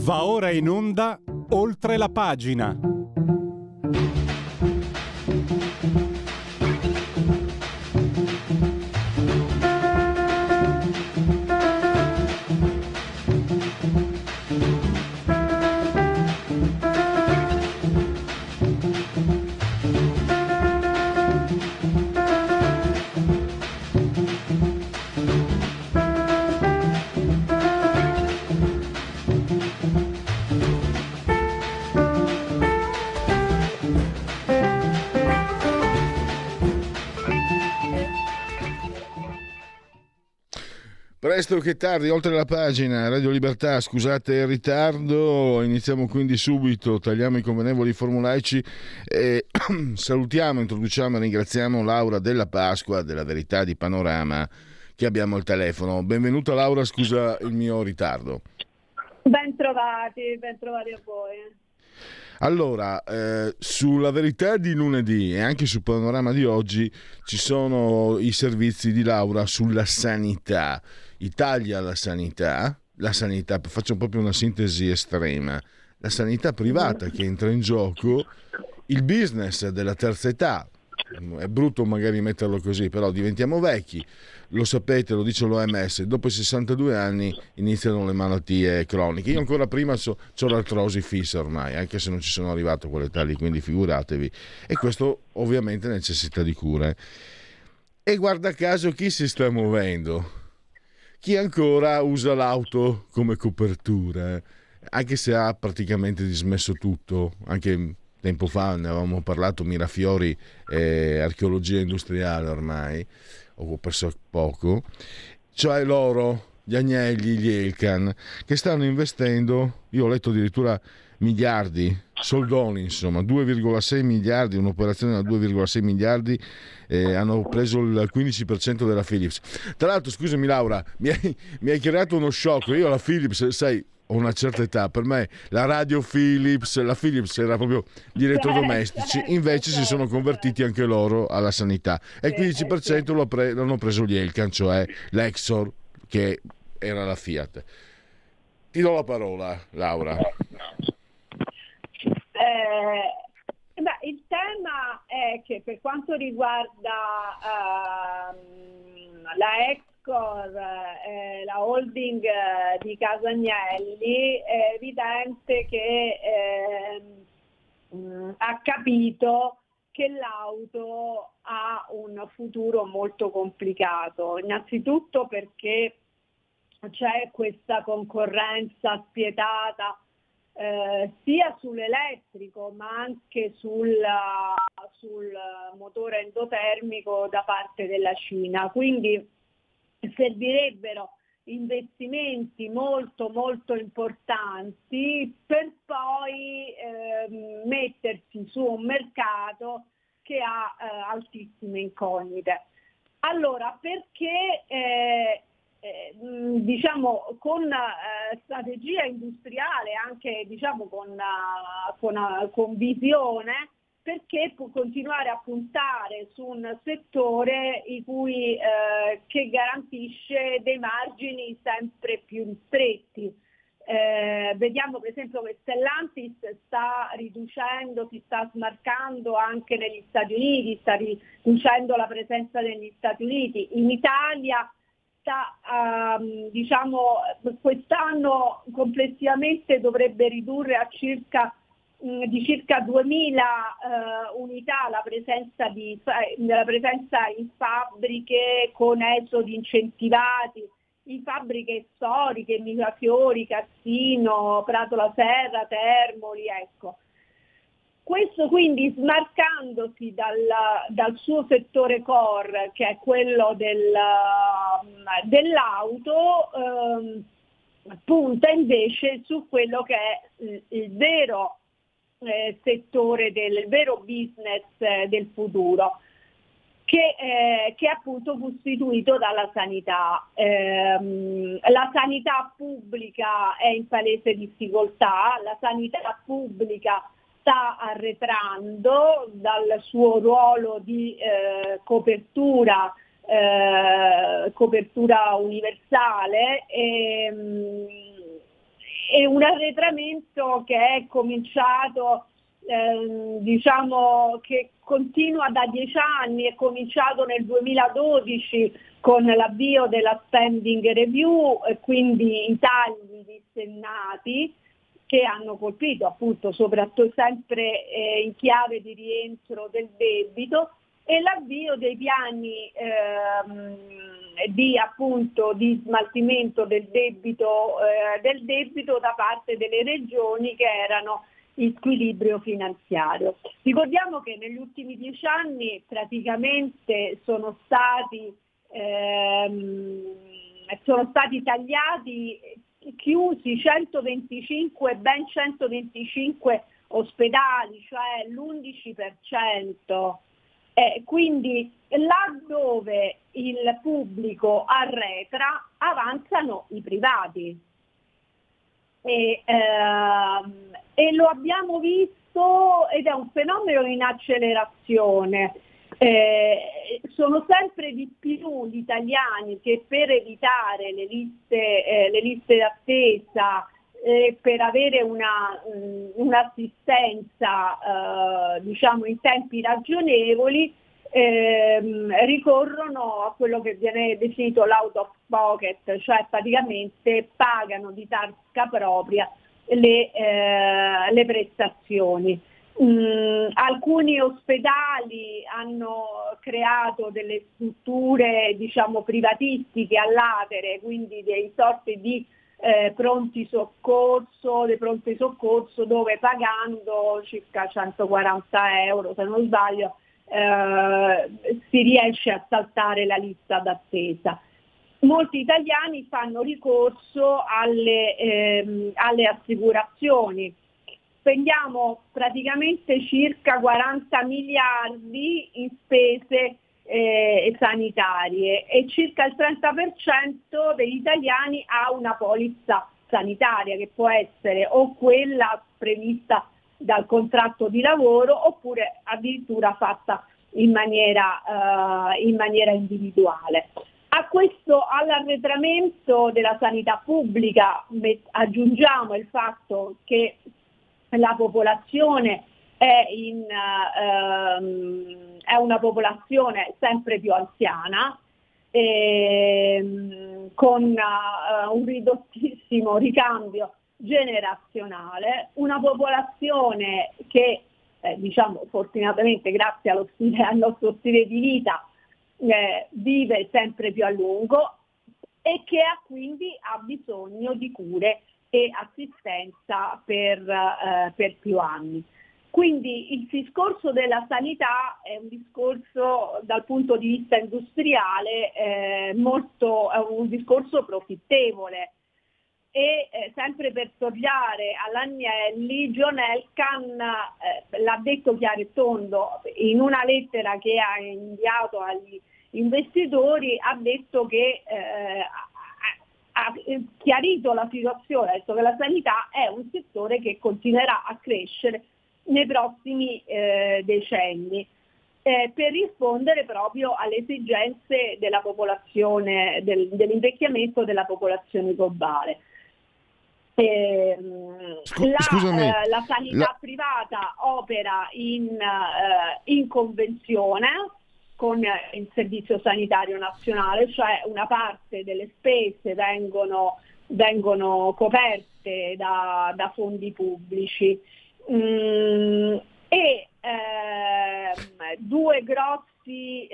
Va ora in onda Oltre la pagina. Presto che tardi, oltre la pagina, Radio Libertà, scusate il ritardo, iniziamo quindi subito, tagliamo i convenevoli formulaici e salutiamo, introduciamo e ringraziamo Laura Della Pasqua della Verità di Panorama che abbiamo al telefono. Benvenuta Laura, scusa il mio ritardo. Ben trovati a voi. Allora, sulla Verità di lunedì e anche su Panorama di oggi ci sono i servizi di Laura sulla sanità. Italia la sanità, faccio proprio una sintesi estrema, la sanità privata che entra in gioco, il business della terza età, è brutto magari metterlo così, però diventiamo vecchi, lo sapete, lo dice l'OMS, dopo i 62 anni iniziano le malattie croniche. Io ancora prima c'ho l'artrosi fissa ormai, anche se non ci sono arrivato a quell'età lì, quindi figuratevi, e questo ovviamente necessita di cure. E guarda caso chi si sta muovendo? Chi ancora usa l'auto come copertura, anche se ha praticamente dismesso tutto, anche tempo fa ne avevamo parlato, Mirafiori, archeologia industriale ormai, o perso poco, cioè loro, gli Agnelli, gli Elkann, che stanno investendo, io ho letto addirittura miliardi, soldoni insomma, 2,6 miliardi, un'operazione da 2,6 miliardi, hanno preso il 15% della Philips. Tra l'altro, scusami Laura, mi hai creato uno shock, io la Philips, sai, ho una certa età, per me la radio Philips, la Philips era proprio gli elettrodomestici, invece si sono convertiti anche loro alla sanità e il 15% l'hanno preso gli Elkann, cioè l'Exor, che era la Fiat. Ti do la parola, Laura. Il tema è che per quanto riguarda la Excor, la holding di Casa Agnelli, è evidente che ha capito che l'auto ha un futuro molto complicato, innanzitutto perché c'è questa concorrenza spietata sia sull'elettrico ma anche sul motore endotermico da parte della Cina, quindi servirebbero investimenti molto molto importanti per poi mettersi su un mercato che ha altissime incognite. Allora, perché diciamo con strategia industriale, anche diciamo con visione, perché può continuare a puntare su un settore che garantisce dei margini sempre più ristretti. Vediamo per esempio che Stellantis sta riducendo, si sta smarcando anche negli Stati Uniti, sta riducendo la presenza negli Stati Uniti. In Italia quest'anno complessivamente dovrebbe ridurre a circa 2000 unità la presenza in fabbriche con esodi incentivati, in fabbriche storiche, Mirafiori, Cassino, Prato la Serra, Termoli, ecco. Questo quindi smarcandosi dal suo settore core, che è quello dell'auto, punta invece su quello che è il vero settore il vero business del futuro, che è appunto costituito dalla sanità. La sanità pubblica è in palese difficoltà, la sanità pubblica sta arretrando dal suo ruolo di copertura universale è un arretramento che è cominciato, diciamo che continua da 10 anni, è cominciato nel 2012 con l'avvio della spending review, e quindi i tagli dissennati che hanno colpito appunto soprattutto sempre in chiave di rientro del debito, e l'avvio dei piani di smaltimento del debito da parte delle regioni che erano in squilibrio finanziario. Ricordiamo che negli ultimi 10 anni praticamente sono stati tagliati, chiusi ben 125 ospedali, cioè l'11%. Quindi laddove il pubblico arretra, avanzano i privati. E lo abbiamo visto, ed è un fenomeno in accelerazione. Sono sempre di più gli italiani che per evitare le liste d'attesa, per avere un'assistenza diciamo in tempi ragionevoli, ricorrono a quello che viene definito l'out of pocket, cioè praticamente pagano di tasca propria le prestazioni. Alcuni ospedali hanno creato delle strutture diciamo privatistiche a latere, quindi dei sorti di pronti soccorso, dove pagando circa 140 euro, se non sbaglio, si riesce a saltare la lista d'attesa. Molti italiani fanno ricorso alle assicurazioni. Spendiamo praticamente circa 40 miliardi in spese sanitarie, e circa il 30% degli italiani ha una polizza sanitaria, che può essere o quella prevista dal contratto di lavoro, oppure addirittura fatta in maniera individuale. All'arretramento della sanità pubblica aggiungiamo il fatto che la popolazione è una popolazione sempre più anziana, con un ridottissimo ricambio generazionale, una popolazione che diciamo fortunatamente grazie al nostro stile di vita vive sempre più a lungo, e che quindi ha bisogno di cure e assistenza per più anni. Quindi il discorso della sanità è un discorso dal punto di vista industriale è un discorso profittevole, e sempre per tornare all'Agnelli, John Elkann l'ha detto chiaro e tondo in una lettera che ha inviato agli investitori, ha detto che ha chiarito la situazione, ha detto che la sanità è un settore che continuerà a crescere nei prossimi decenni, per rispondere proprio alle esigenze della popolazione, dell'invecchiamento della popolazione globale. La sanità privata opera in convenzione con il Servizio Sanitario Nazionale, cioè una parte delle spese vengono coperte da fondi pubblici. Due grossi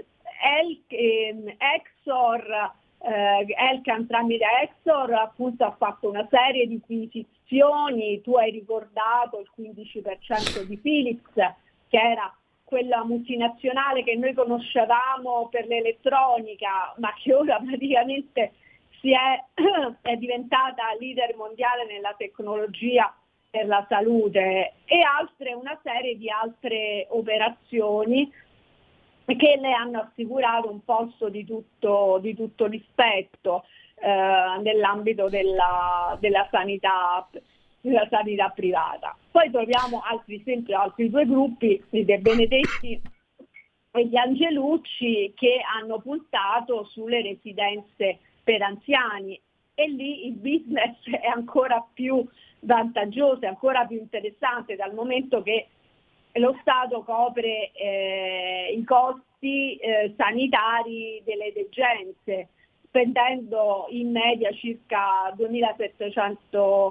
Elkann tramite Exor appunto ha fatto una serie di acquisizioni. Tu hai ricordato il 15% di Philips, che era quella multinazionale che noi conoscevamo per l'elettronica, ma che ora praticamente è diventata leader mondiale nella tecnologia per la salute, e una serie di altre operazioni che le hanno assicurato un posto di tutto rispetto nell'ambito della sanità privata. Poi troviamo altri due gruppi, i De Benedetti e gli Angelucci, che hanno puntato sulle residenze per anziani, e lì il business è ancora più vantaggioso, è ancora più interessante, dal momento che lo Stato copre i costi sanitari delle degenze, spendendo in media circa 2.700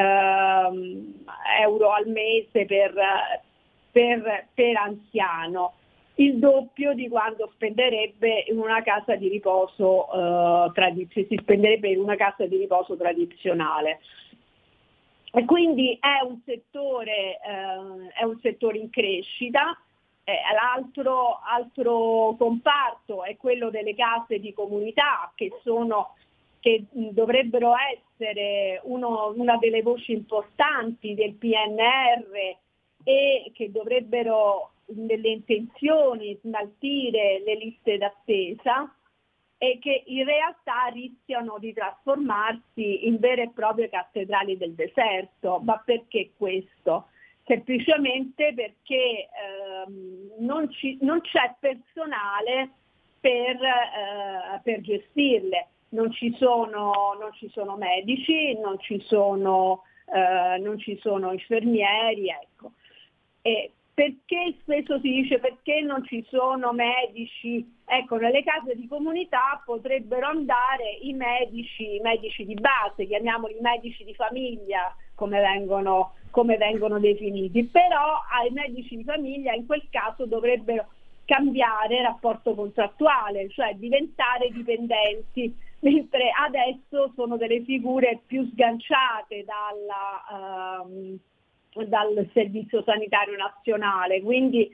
euro al mese per anziano, il doppio di quanto spenderebbe in una casa di riposo si spenderebbe in una casa di riposo tradizionale. E quindi è un settore in crescita. Altro comparto è quello delle case di comunità, che dovrebbero essere una delle voci importanti del PNR e che dovrebbero, nelle intenzioni, smaltire le liste d'attesa, e che in realtà rischiano di trasformarsi in vere e proprie cattedrali del deserto. Ma perché questo? Semplicemente perché non c'è personale per gestirle, non ci sono medici, non ci sono infermieri, ecco. E perché spesso si dice perché non ci sono medici? Ecco, nelle case di comunità potrebbero andare i medici di base, chiamiamoli medici di famiglia, come vengono definiti, però ai medici di famiglia in quel caso dovrebbero cambiare rapporto contrattuale, cioè diventare dipendenti, mentre adesso sono delle figure più sganciate dal Servizio Sanitario Nazionale, quindi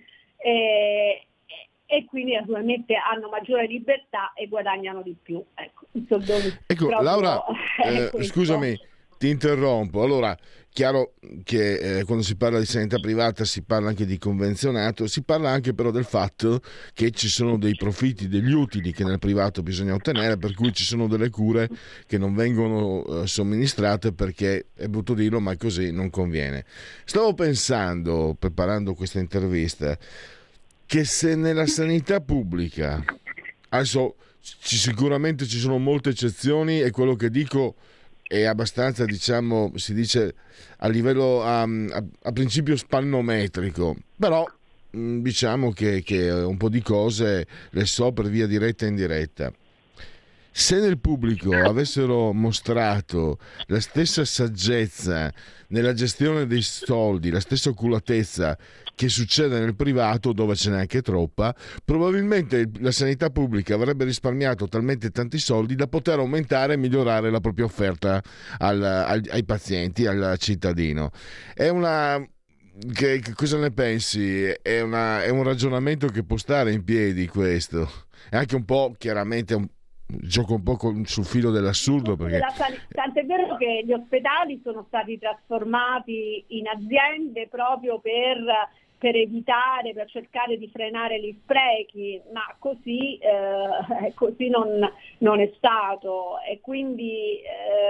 e quindi naturalmente hanno maggiore libertà e guadagnano di più. Ecco Laura, scusami, ti interrompo. Allora, chiaro che quando si parla di sanità privata si parla anche di convenzionato, si parla anche però del fatto che ci sono dei profitti, degli utili che nel privato bisogna ottenere, per cui ci sono delle cure che non vengono somministrate perché, è brutto dirlo, ma così non conviene. Stavo pensando, preparando questa intervista, che se nella sanità pubblica, adesso sicuramente ci sono molte eccezioni e quello che dico è abbastanza, diciamo, si dice a livello a principio spannometrico, però diciamo che un po' di cose le so per via diretta e indiretta. Se nel pubblico avessero mostrato la stessa saggezza nella gestione dei soldi, la stessa oculatezza che succede nel privato, dove ce n'è anche troppa, probabilmente la sanità pubblica avrebbe risparmiato talmente tanti soldi da poter aumentare e migliorare la propria offerta ai pazienti, al cittadino. Che cosa ne pensi? È un ragionamento che può stare in piedi, questo? È anche un po', chiaramente, gioco un po' sul filo dell'assurdo, perché tant'è vero che gli ospedali sono stati trasformati in aziende proprio per evitare, per cercare di frenare gli sprechi, ma così non è stato, e quindi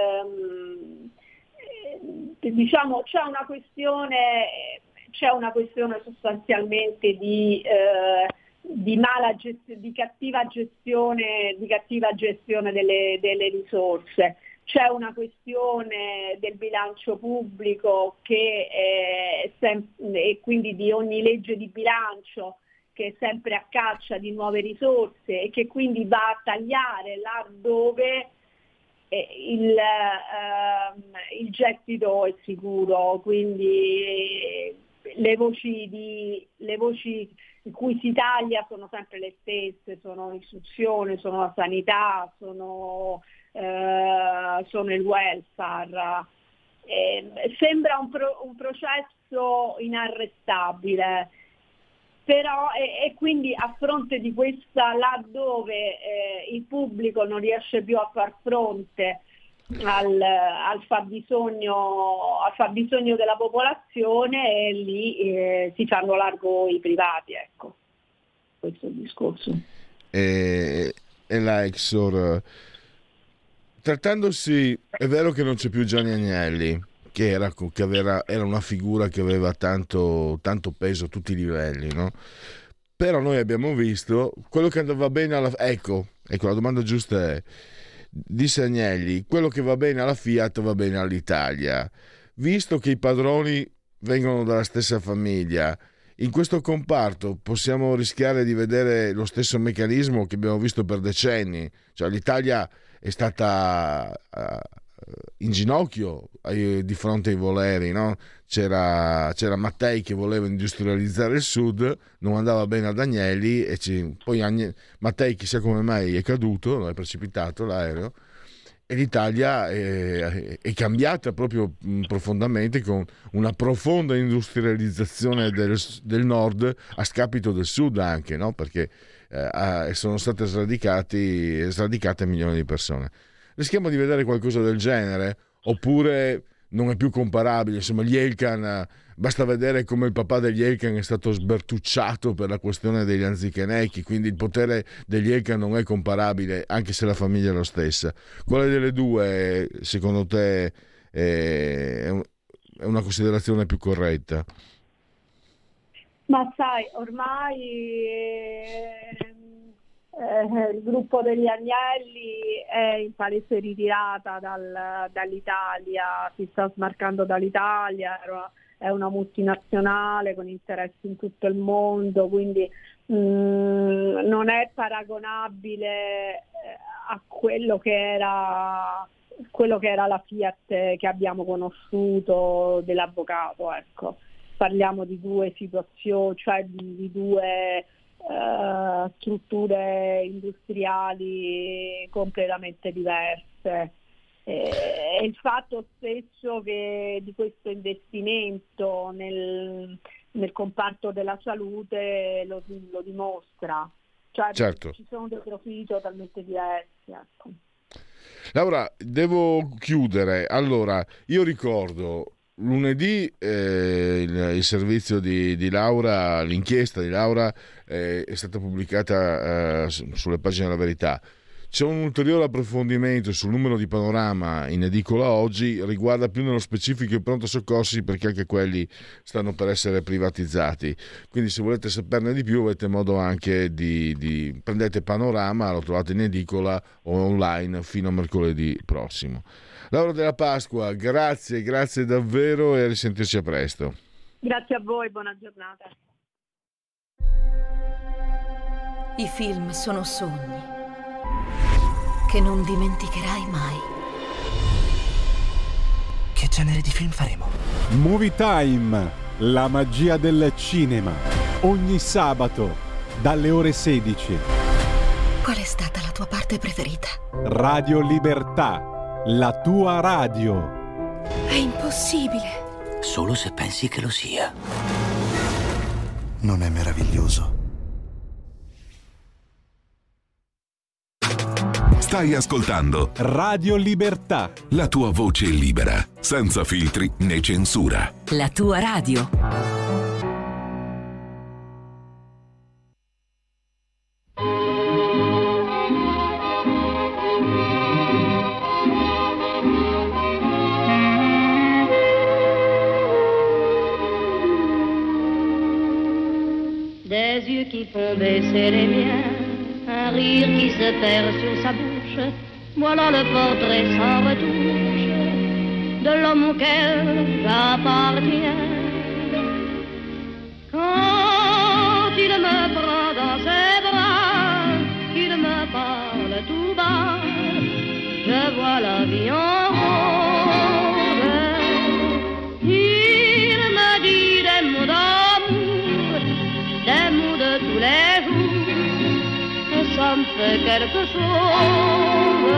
diciamo c'è una questione sostanzialmente di cattiva gestione delle risorse. C'è una questione del bilancio pubblico e quindi di ogni legge di bilancio che è sempre a caccia di nuove risorse e che quindi va a tagliare laddove il gettito è sicuro. Quindi le voci in cui si taglia sono sempre le stesse, sono l'istruzione, sono la sanità, sono il welfare. Sembra un processo inarrestabile, però e quindi a fronte di questa, laddove il pubblico non riesce più a far fronte al fabbisogno della popolazione, e lì si fanno largo i privati, ecco, questo è il discorso. E la Exor, trattandosi, è vero che non c'è più Gianni Agnelli, che era una figura che aveva tanto peso a tutti i livelli, no? Però noi abbiamo visto quello che andava bene ecco, la domanda giusta è: disse Agnelli: quello che va bene alla Fiat va bene all'Italia. Visto che i padroni vengono dalla stessa famiglia, in questo comparto possiamo rischiare di vedere lo stesso meccanismo che abbiamo visto per decenni. Cioè, l'Italia è stata in ginocchio di fronte ai voleri, no? C'era Mattei che voleva industrializzare il sud, non andava bene ad Agnelli, e poi Mattei chissà come mai è caduto, è precipitato l'aereo, e l'Italia è cambiata proprio profondamente, con una profonda industrializzazione del nord a scapito del sud anche, no? Perché sono state sradicate milioni di persone. Rischiamo di vedere qualcosa del genere, oppure non è più comparabile. Insomma, gli Elkann, basta vedere come il papà degli Elkann è stato sbertucciato per la questione degli Anzikenecchi, quindi il potere degli Elkann non è comparabile, anche se la famiglia è la stessa. Quale delle due, secondo te, è una considerazione più corretta? Ma sai, ormai il gruppo degli Agnelli è in palese ritirata dall'Italia, si sta smarcando dall'Italia, è una multinazionale con interessi in tutto il mondo, quindi non è paragonabile a quello che era la Fiat che abbiamo conosciuto dell'avvocato, ecco. Parliamo di due situazioni, cioè di due strutture industriali completamente diverse, e il fatto stesso che di questo investimento nel comparto della salute lo dimostra, cioè certo. Ci sono dei profili totalmente diversi, ecco. Laura, devo chiudere. Allora, io ricordo lunedì il servizio di Laura, l'inchiesta di Laura è stata pubblicata sulle pagine della Verità. C'è un ulteriore approfondimento sul numero di Panorama in edicola oggi, riguarda più nello specifico i pronto soccorsi, perché anche quelli stanno per essere privatizzati. Quindi se volete saperne di più avete modo anche di prendete Panorama, lo trovate in edicola o online fino a mercoledì prossimo. Laura Della Pasqua, grazie davvero, e a risentirci a presto. Grazie a voi, buona giornata. I film sono sogni che non dimenticherai mai. Che genere di film faremo? Movie Time, la magia del cinema. Ogni sabato, dalle ore 16. Qual è stata la tua parte preferita? Radio Libertà, la tua radio. È impossibile. Solo se pensi che lo sia. Non è meraviglioso? Stai ascoltando Radio Libertà. la tua voce libera, senza filtri né censura. La tua radio. Des yeux qui font baisser les miens, un rire qui se perd sur sa bouche, voilà le portrait sans retouche de l'homme auquel j'appartiens. Quand il me prend dans ses bras, qu'il me parle tout bas, je vois la vie en rose. Il me dit des mots d'amour, des mots de tous les jours, et ça me fait quelque chose.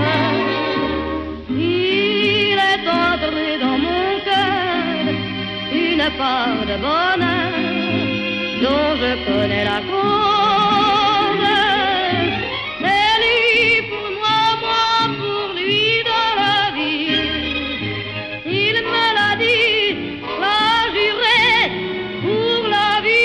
Il est entré dans mon cœur une part de bonheur dont je connais la cause. C'est lui pour moi, moi pour lui dans la vie. Il me l'a dit, l'a juré pour la vie.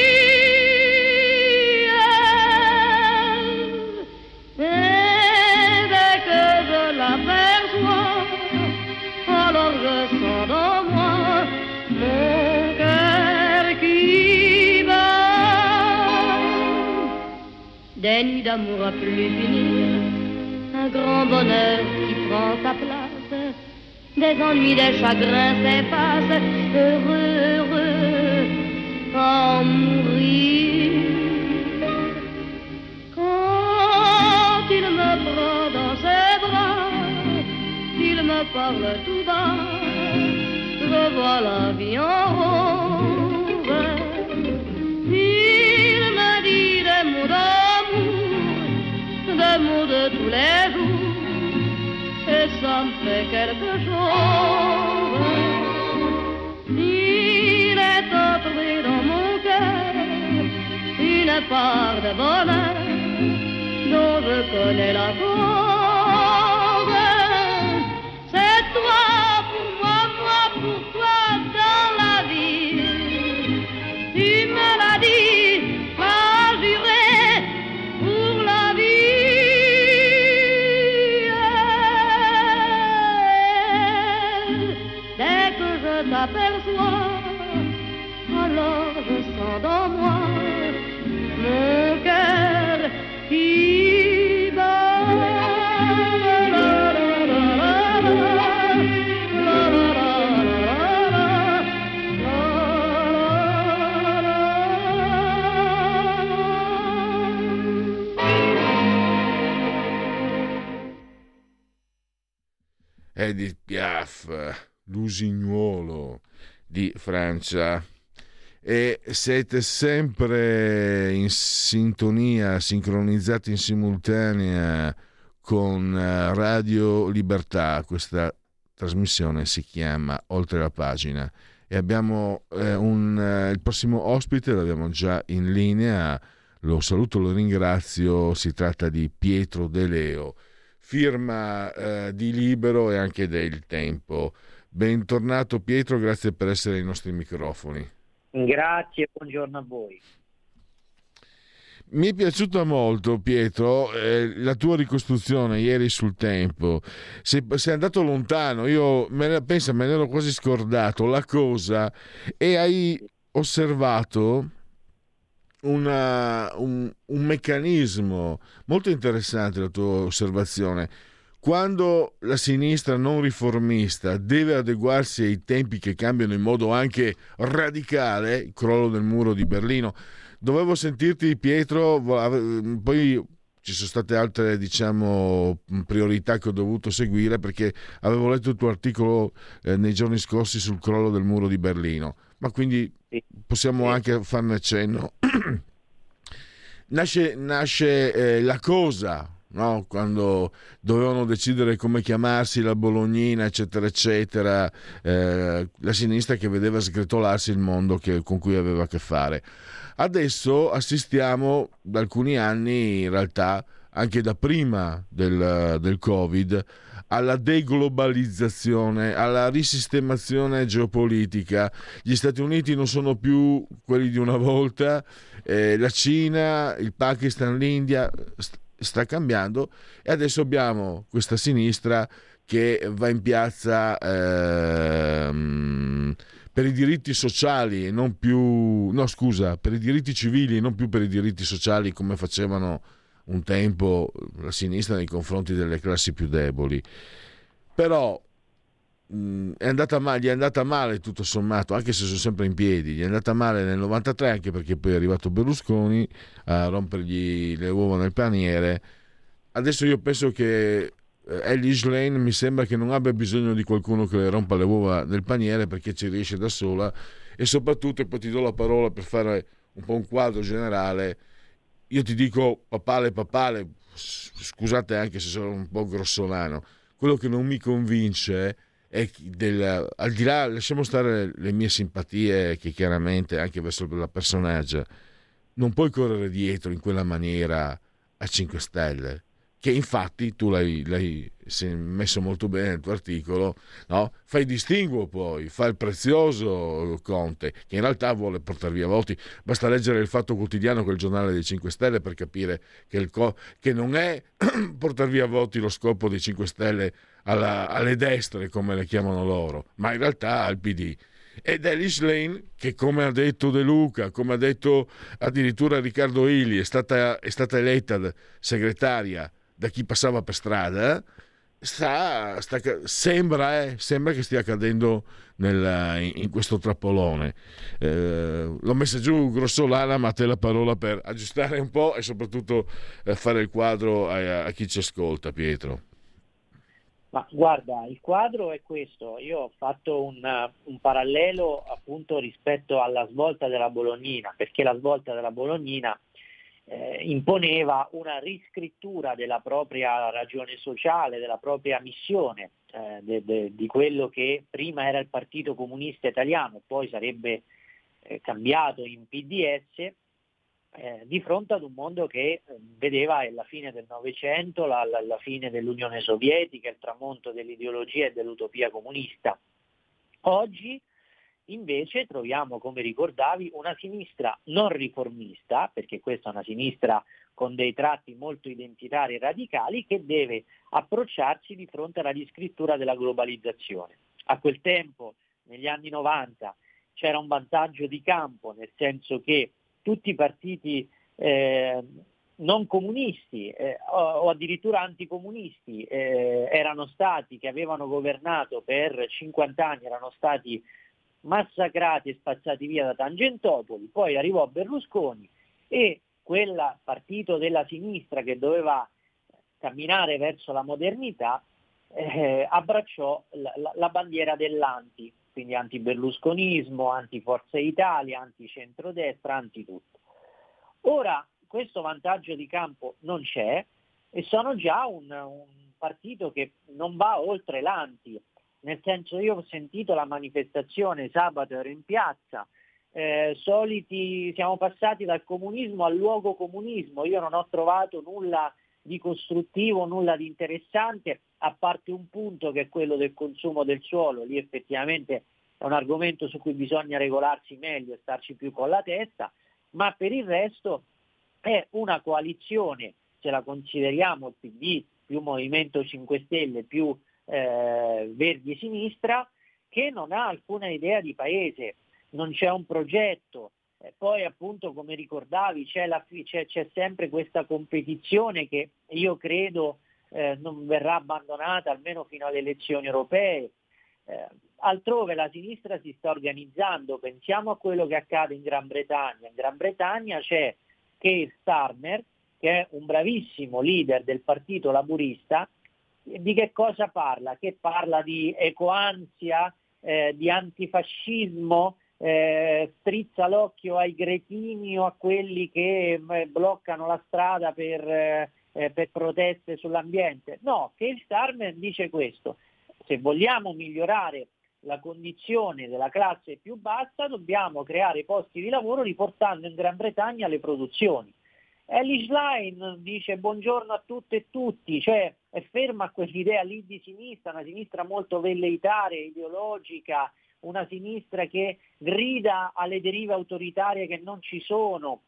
Et dès que je l'aperçois, alors je sens dans moi mon cœur qui bat. Des nuits d'amour à plus finir, un grand bonheur qui prend sa place, des ennuis, des chagrins s'effacent, heureux, heureux, en mourir. Quand il me prend dans ses bras, il me parle tout bas, je vois la vie en rose. Il me dit des mots d'amour, des mots de tous les jours, et ça me fait quelque chose. Il est entré dans mon cœur une part de bonheur dont je connais la cause. C'est toi pour moi, moi pour toi dans la vie. Tu me l'as dit, m'as juré pour la vie. Dès que je t'aperçois, alors je sens dans moi mon cœur qui bat. Edith Piaf, L'usignuolo di Francia. E siete sempre in sintonia, sincronizzati in simultanea con Radio Libertà. Questa trasmissione si chiama Oltre la pagina e abbiamo il prossimo ospite, l'abbiamo già in linea, lo saluto, lo ringrazio, si tratta di Pietro De Leo, firma di Libero e anche del Tempo. Bentornato Pietro, grazie per essere ai nostri microfoni. Grazie, buongiorno a voi. Mi è piaciuta molto, Pietro, la tua ricostruzione ieri sul Tempo. Sei andato lontano, io me ne ero quasi scordato la cosa, e hai osservato un meccanismo molto interessante, la tua osservazione. Quando la sinistra non riformista deve adeguarsi ai tempi che cambiano in modo anche radicale, il crollo del muro di Berlino, dovevo sentirti, Pietro, poi ci sono state altre, diciamo, priorità che ho dovuto seguire, perché avevo letto il tuo articolo nei giorni scorsi sul crollo del muro di Berlino, ma quindi possiamo anche farne cenno. Nasce la cosa, no? Quando dovevano decidere come chiamarsi la Bolognina, eccetera eccetera, la sinistra che vedeva sgretolarsi il mondo con cui aveva a che fare. Adesso assistiamo da alcuni anni, in realtà anche da prima del Covid, alla deglobalizzazione, alla risistemazione geopolitica. Gli Stati Uniti non sono più quelli di una volta, la Cina, il Pakistan, l'India sta cambiando, e adesso abbiamo questa sinistra che va in piazza per i diritti sociali e non più, no scusa, per i diritti civili e non più per i diritti sociali, come facevano un tempo la sinistra nei confronti delle classi più deboli. Però gli è andata male tutto sommato, anche se sono sempre in piedi. Gli è andata male nel 93, anche perché poi è arrivato Berlusconi a rompergli le uova nel paniere. Adesso io penso che Elly Schlein mi sembra che non abbia bisogno di qualcuno che le rompa le uova nel paniere, perché ci riesce da sola. E soprattutto, e poi ti do la parola per fare un po' un quadro generale, io ti dico papale, scusate anche se sono un po' grossolano, quello che non mi convince è al di là, lasciamo stare le mie simpatie, che chiaramente anche verso la personaggia, non puoi correre dietro in quella maniera a 5 Stelle, che infatti tu l'hai messo molto bene nel tuo articolo, no? Fai distinguo, poi fa il prezioso Conte, che in realtà vuole portare via voti. Basta leggere il Fatto Quotidiano, quel giornale dei 5 Stelle, per capire che non è portare via voti lo scopo dei 5 Stelle alle destre, come le chiamano loro, ma in realtà al PD. Ed Elly Schlein, che come ha detto De Luca, come ha detto addirittura Riccardo Illy, è stata eletta segretaria da chi passava per strada, sembra che stia cadendo in questo trappolone. L'ho messa giù grossolana, ma a te la parola per aggiustare un po' e soprattutto fare il quadro a chi ci ascolta, Pietro. Ma guarda, il quadro è questo. Io ho fatto un parallelo appunto rispetto alla svolta della Bolognina, perché la svolta della Bolognina imponeva una riscrittura della propria ragione sociale, della propria missione, di quello che prima era il Partito Comunista Italiano, poi sarebbe cambiato in PDS, di fronte ad un mondo che vedeva la fine del Novecento, la fine dell'Unione Sovietica, il tramonto dell'ideologia e dell'utopia comunista. Oggi invece troviamo, come ricordavi, una sinistra non riformista, perché questa è una sinistra con dei tratti molto identitari e radicali, che deve approcciarsi di fronte alla riscrittura della globalizzazione. A quel tempo, negli anni 90, c'era un vantaggio di campo, nel senso che tutti i partiti non comunisti o addirittura anticomunisti erano stati, che avevano governato per 50 anni, erano stati massacrati e spazzati via da Tangentopoli. Poi arrivò Berlusconi e quel partito della sinistra che doveva camminare verso la modernità abbracciò la bandiera dell'anti, quindi anti-berlusconismo, anti-Forza Italia, anti-centrodestra, anti-tutto. Ora questo vantaggio di campo non c'è e sono già un partito che non va oltre l'anti. Nel senso, io ho sentito la manifestazione sabato, ero in piazza, siamo passati dal comunismo al luogo comunismo, io non ho trovato nulla di costruttivo, nulla di interessante, a parte un punto che è quello del consumo del suolo. Lì effettivamente è un argomento su cui bisogna regolarsi meglio e starci più con la testa, ma per il resto è una coalizione, se la consideriamo il PD più Movimento 5 Stelle più Verdi e Sinistra, che non ha alcuna idea di paese, non c'è un progetto. Poi appunto, come ricordavi, c'è sempre questa competizione che io credo non verrà abbandonata almeno fino alle elezioni europee. Altrove la sinistra si sta organizzando, pensiamo a quello che accade in Gran Bretagna. In Gran Bretagna c'è Keir Starmer, che è un bravissimo leader del partito laburista. Di che cosa parla? Che parla di ecoansia, di antifascismo, strizza l'occhio ai gretini o a quelli che bloccano la strada per proteste sull'ambiente. No, Keir Starmer dice questo: se vogliamo migliorare la condizione della classe più bassa dobbiamo creare posti di lavoro riportando in Gran Bretagna le produzioni. Elly Schlein dice buongiorno a tutte e tutti, cioè è ferma a quell'idea lì di sinistra, una sinistra molto velleitaria, ideologica, una sinistra che grida alle derive autoritarie che non ci sono,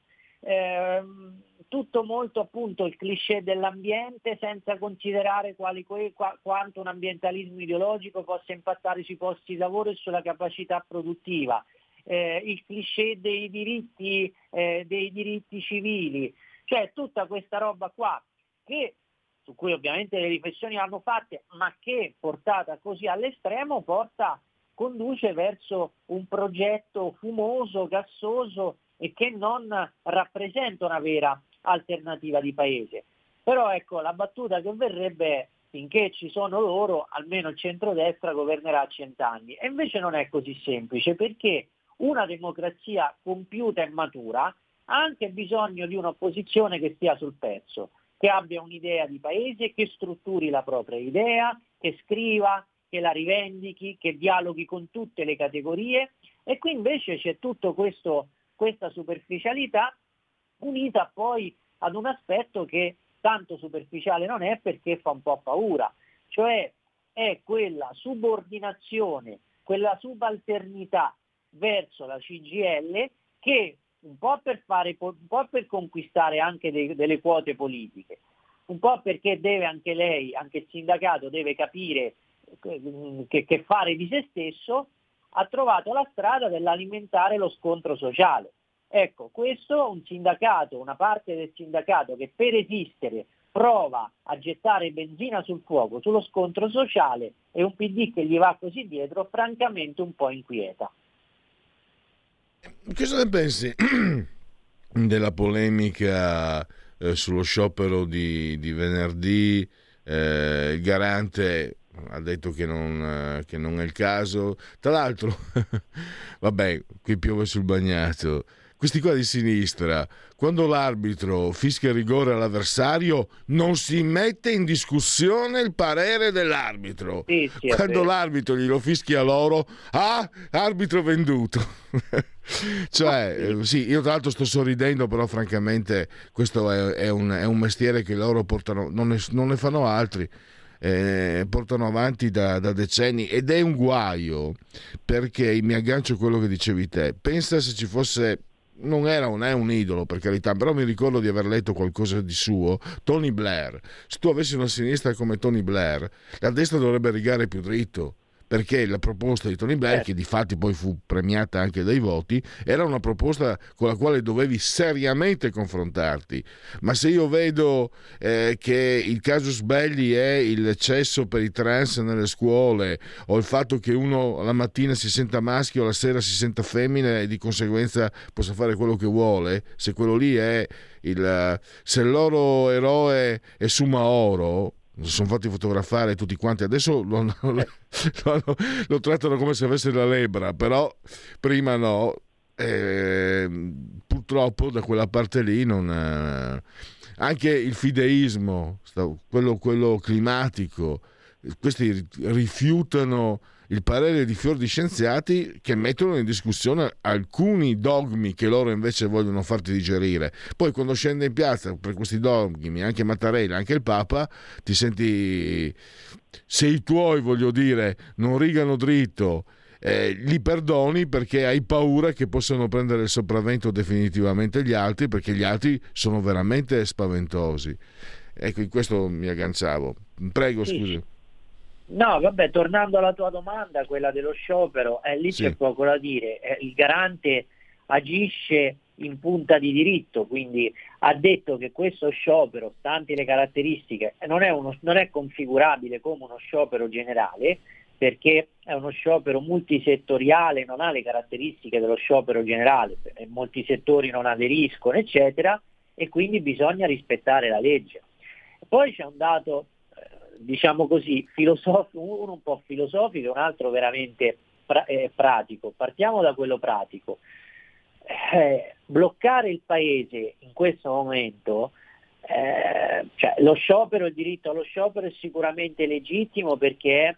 tutto molto appunto il cliché dell'ambiente, senza considerare quanto un ambientalismo ideologico possa impattare sui posti di lavoro e sulla capacità produttiva, il cliché dei diritti civili, cioè tutta questa roba qua su cui ovviamente le riflessioni vanno fatte, ma che portata così all'estremo conduce verso un progetto fumoso, gassoso e che non rappresenta una vera alternativa di paese. Però ecco, la battuta che verrebbe è: finché ci sono loro, almeno il centrodestra governerà a 100 anni. E invece non è così semplice, perché una democrazia compiuta e matura ha anche bisogno di un'opposizione che stia sul pezzo, che abbia un'idea di paese, che strutturi la propria idea, che scriva, che la rivendichi, che dialoghi con tutte le categorie. E qui invece c'è tutto questa superficialità unita poi ad un aspetto che tanto superficiale non è, perché fa un po' paura, cioè è quella subordinazione, quella subalternità verso la CGIL che un po' per conquistare anche delle quote politiche, un po' perché deve anche lei, anche il sindacato deve capire che fare di se stesso, ha trovato la strada dell'alimentare lo scontro sociale. Ecco, questo un sindacato, una parte del sindacato che per esistere prova a gettare benzina sul fuoco, sullo scontro sociale, e un PD che gli va così dietro, francamente un po' inquieta. Cosa ne pensi della polemica sullo sciopero di venerdì? Il garante ha detto che non è il caso. Tra l'altro, vabbè, qui piove sul bagnato. Questi qua di sinistra, quando l'arbitro fischia rigore all'avversario, non si mette in discussione il parere dell'arbitro. Sì, Quando l'arbitro glielo fischia loro, arbitro venduto. Cioè, sì, io tra l'altro sto sorridendo, però francamente questo è un mestiere che loro portano, non ne fanno altri. Portano avanti da decenni, ed è un guaio, perché mi aggancio a quello che dicevi te. Pensa se ci fosse, non è un idolo, per carità, però mi ricordo di aver letto qualcosa di suo, Tony Blair. Se tu avessi una sinistra come Tony Blair, la destra dovrebbe rigare più dritto, perché la proposta di Tony Blair, che di fatti poi fu premiata anche dai voti, era una proposta con la quale dovevi seriamente confrontarti. Ma se io vedo che il casus belli è il cesso per i trans nelle scuole, o il fatto che uno la mattina si senta maschio, la sera si senta femmina e di conseguenza possa fare quello che vuole, se quello lì è se il loro eroe è Sumaoro, si sono fatti fotografare tutti quanti, adesso lo trattano come se avesse la lebbra, però prima no. Purtroppo da quella parte lì anche il fideismo, quello climatico, questi rifiutano il parere di fior di scienziati che mettono in discussione alcuni dogmi che loro invece vogliono farti digerire. Poi quando scende in piazza per questi dogmi, anche Mattarella, anche il Papa, ti senti, se i tuoi, voglio dire, non rigano dritto, li perdoni perché hai paura che possano prendere il sopravvento definitivamente gli altri, perché gli altri sono veramente spaventosi. Ecco, in questo mi agganciavo. Prego, sì. Scusi. No, vabbè, tornando alla tua domanda, quella dello sciopero, lì Sì. c'è poco da dire. Il garante agisce in punta di diritto, quindi ha detto che questo sciopero, stanti le caratteristiche, non è configurabile come uno sciopero generale, perché è uno sciopero multisettoriale, non ha le caratteristiche dello sciopero generale, molti settori non aderiscono, eccetera, e quindi bisogna rispettare la legge. Poi c'è un dato, diciamo così, uno un po' filosofico e un altro veramente pratico. Partiamo da quello pratico. Bloccare il paese in questo momento, cioè lo sciopero, il diritto allo sciopero è sicuramente legittimo perché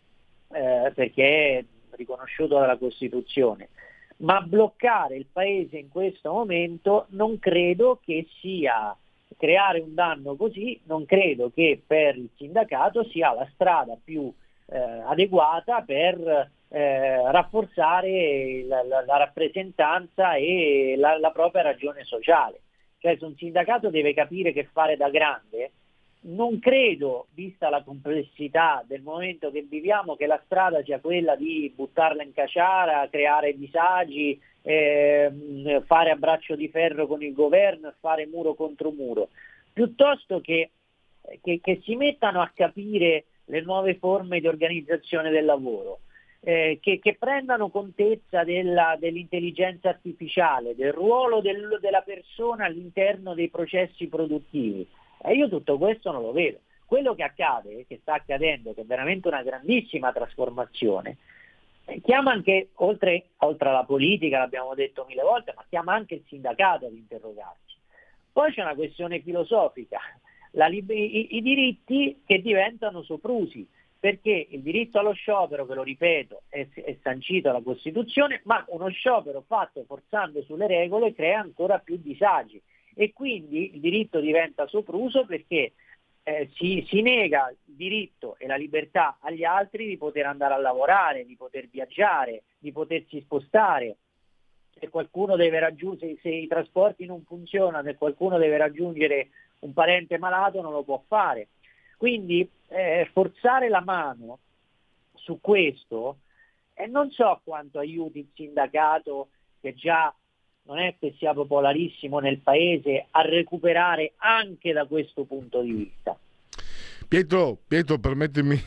è riconosciuto dalla Costituzione, ma bloccare il paese in questo momento non credo che sia creare un danno così, non credo che per il sindacato sia la strada più adeguata per rafforzare la rappresentanza e la propria ragione sociale. Cioè, se un sindacato deve capire che fare da grande, non credo, vista la complessità del momento che viviamo, che la strada sia quella di buttarla in caciara, creare disagi, fare a braccio di ferro con il governo e fare muro contro muro, piuttosto che si mettano a capire le nuove forme di organizzazione del lavoro, che prendano contezza dell'intelligenza artificiale, del ruolo della persona all'interno dei processi produttivi. E io tutto questo non lo vedo. Quello che accade, che sta accadendo, che è veramente una grandissima trasformazione, chiama anche, oltre alla politica, l'abbiamo detto 1000 volte, ma chiama anche il sindacato ad interrogarsi. Poi c'è una questione filosofica, i diritti che diventano soprusi, perché il diritto allo sciopero, ve lo ripeto, è sancito dalla Costituzione, ma uno sciopero fatto forzando sulle regole crea ancora più disagi, e quindi il diritto diventa sopruso perché si nega il diritto e la libertà agli altri di poter andare a lavorare, di poter viaggiare, di potersi spostare. Se qualcuno deve raggiungere, se i trasporti non funzionano, se qualcuno deve raggiungere un parente malato, non lo può fare. Quindi forzare la mano su questo non so quanto aiuti il sindacato, che già non è che sia popolarissimo nel paese a recuperare anche da questo punto di vista. Pietro, permettimi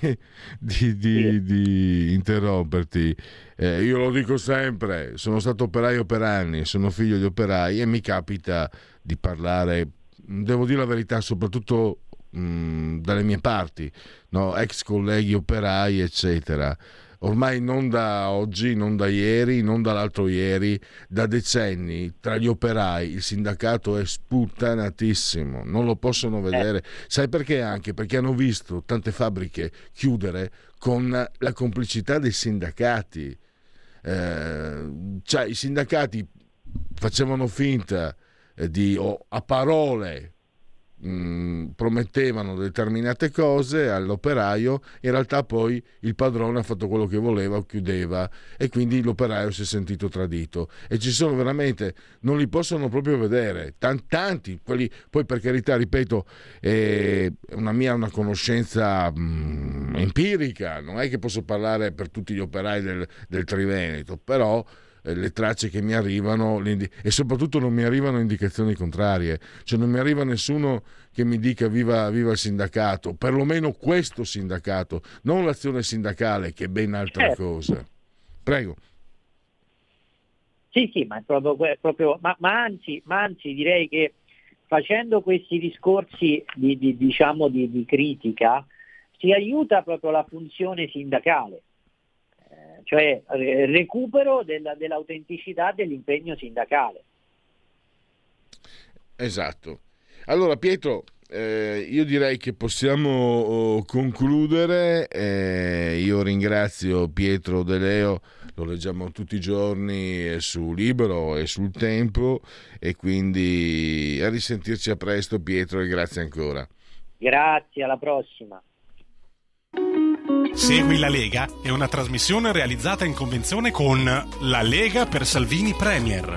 di interromperti. Io lo dico sempre, sono stato operaio per anni, sono figlio di operai e mi capita di parlare, devo dire la verità, soprattutto dalle mie parti, no? Ex colleghi operai, eccetera. Ormai non da oggi, non da ieri, non dall'altro ieri, da decenni tra gli operai il sindacato è sputtanatissimo, non lo possono vedere. Sai perché? Anche perché hanno visto tante fabbriche chiudere con la complicità dei sindacati. Cioè i sindacati facevano finta a parole promettevano determinate cose all'operaio, in realtà poi il padrone ha fatto quello che voleva, chiudeva, e quindi l'operaio si è sentito tradito. E ci sono veramente, non li possono proprio vedere tanti quelli. Poi, per carità, ripeto, è una conoscenza empirica, non è che posso parlare per tutti gli operai del Triveneto, però le tracce che mi arrivano e soprattutto non mi arrivano indicazioni contrarie, cioè non mi arriva nessuno che mi dica viva il sindacato, perlomeno questo sindacato, non l'azione sindacale che è ben altra cosa. Prego. Sì, ma è proprio ma anzi direi che facendo questi discorsi di critica si aiuta proprio la funzione sindacale. Cioè recupero dell'autenticità dell'impegno sindacale. Esatto. Allora Pietro, io direi che possiamo concludere. Io ringrazio Pietro De Leo, lo leggiamo tutti i giorni su Libero e sul Tempo, e quindi a risentirci a presto Pietro, e grazie ancora. Grazie, alla prossima. Segui la Lega è una trasmissione realizzata in convenzione con La Lega per Salvini Premier.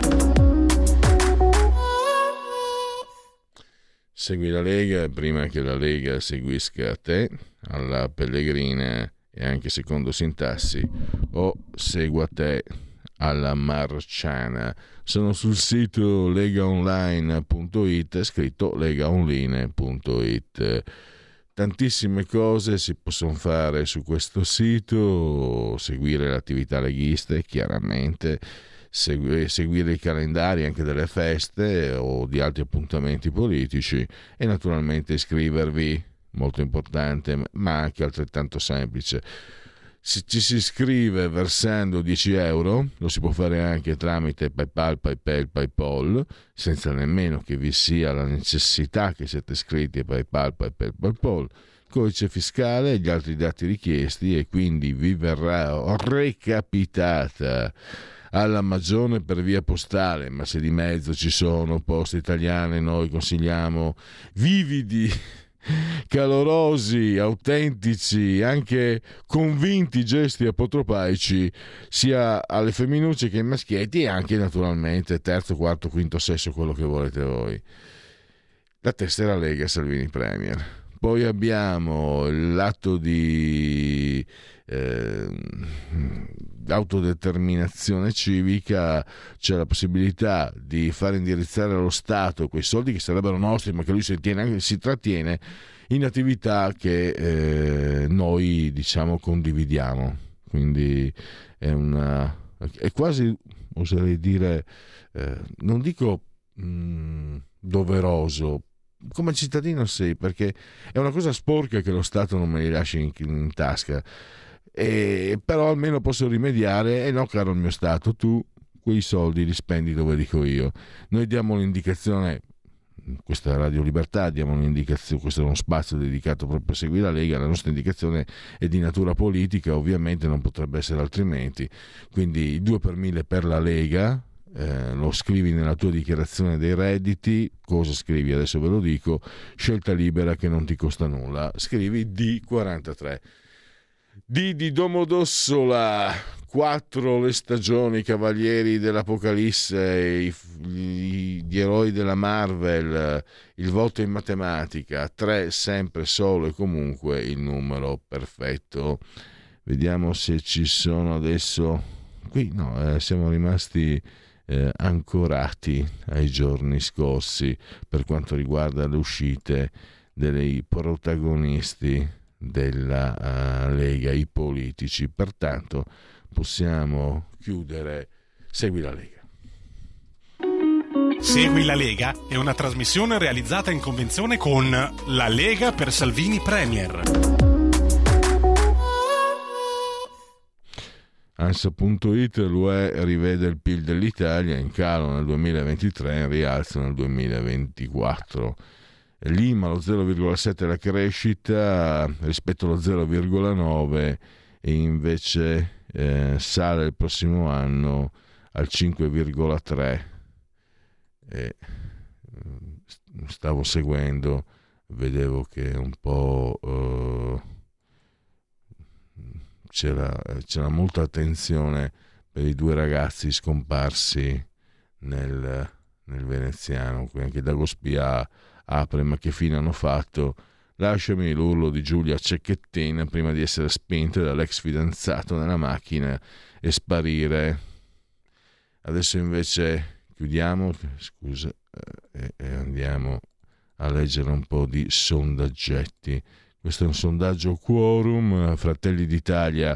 Segui la Lega prima che la Lega seguisca te, alla Pellegrina e anche secondo sintassi, o segua te alla Marciana. Sono sul sito legaonline.it, scritto legaonline.it. Tantissime cose si possono fare su questo sito, seguire le attività leghiste chiaramente, seguire i calendari anche delle feste o di altri appuntamenti politici, e naturalmente iscrivervi, molto importante ma anche altrettanto semplice. Ci si iscrive versando 10 euro, lo si può fare anche tramite PayPal, PayPal, senza nemmeno che vi sia la necessità che siate iscritti a PayPal, codice fiscale e gli altri dati richiesti, e quindi vi verrà recapitata alla Magione per via postale. Ma se di mezzo ci sono Poste Italiane, noi consigliamo vividi, calorosi, autentici, anche convinti gesti apotropaici sia alle femminucce che ai maschietti, e anche naturalmente terzo, quarto, quinto sesso, quello che volete voi. La tessera Lega Salvini Premier. Poi abbiamo l'atto di autodeterminazione civica, c'è la possibilità di fare indirizzare allo Stato quei soldi che sarebbero nostri, ma che lui si trattiene in attività che noi condividiamo. Quindi è quasi, oserei dire, non dico doveroso, come cittadino sì, perché è una cosa sporca che lo Stato non me li lasci in tasca. Però almeno posso rimediare. E no, caro il mio Stato, tu quei soldi li spendi dove dico io. Noi diamo l'indicazione, questa Radio Libertà, diamo un'indicazione, questo è uno spazio dedicato proprio a seguire la Lega, la nostra indicazione è di natura politica, ovviamente non potrebbe essere altrimenti. Quindi il 2 per 1000 per la Lega, lo scrivi nella tua dichiarazione dei redditi. Cosa scrivi? Adesso ve lo dico: scelta libera che non ti costa nulla. Scrivi D43. D di Domodossola, 4 le stagioni, i cavalieri dell'Apocalisse, gli eroi della Marvel, il voto in matematica, 3 sempre, solo e comunque il numero perfetto. Vediamo se ci sono adesso qui, no, siamo rimasti ancorati ai giorni scorsi per quanto riguarda le uscite dei protagonisti della Lega, i politici. Pertanto possiamo chiudere. Segui la Lega. Segui la Lega è una trasmissione realizzata in convenzione con La Lega per Salvini Premier. ANSA.it, l'UE rivede il PIL dell'Italia in calo nel 2023 e in rialzo nel 2024. L'IMA lo 0,7 la crescita rispetto allo 0,9 e invece sale il prossimo anno al 5,3. Stavo seguendo, vedevo che un po' c'era molta attenzione per i due ragazzi scomparsi nel veneziano. Qui anche Dagospia apre: ma che fine hanno fatto? Lasciami, l'urlo di Giulia Cecchettin prima di essere spinta dall'ex fidanzato nella macchina e sparire. Adesso invece chiudiamo, scusa, e andiamo a leggere un po' di sondaggetti. Questo è un sondaggio Quorum: Fratelli d'Italia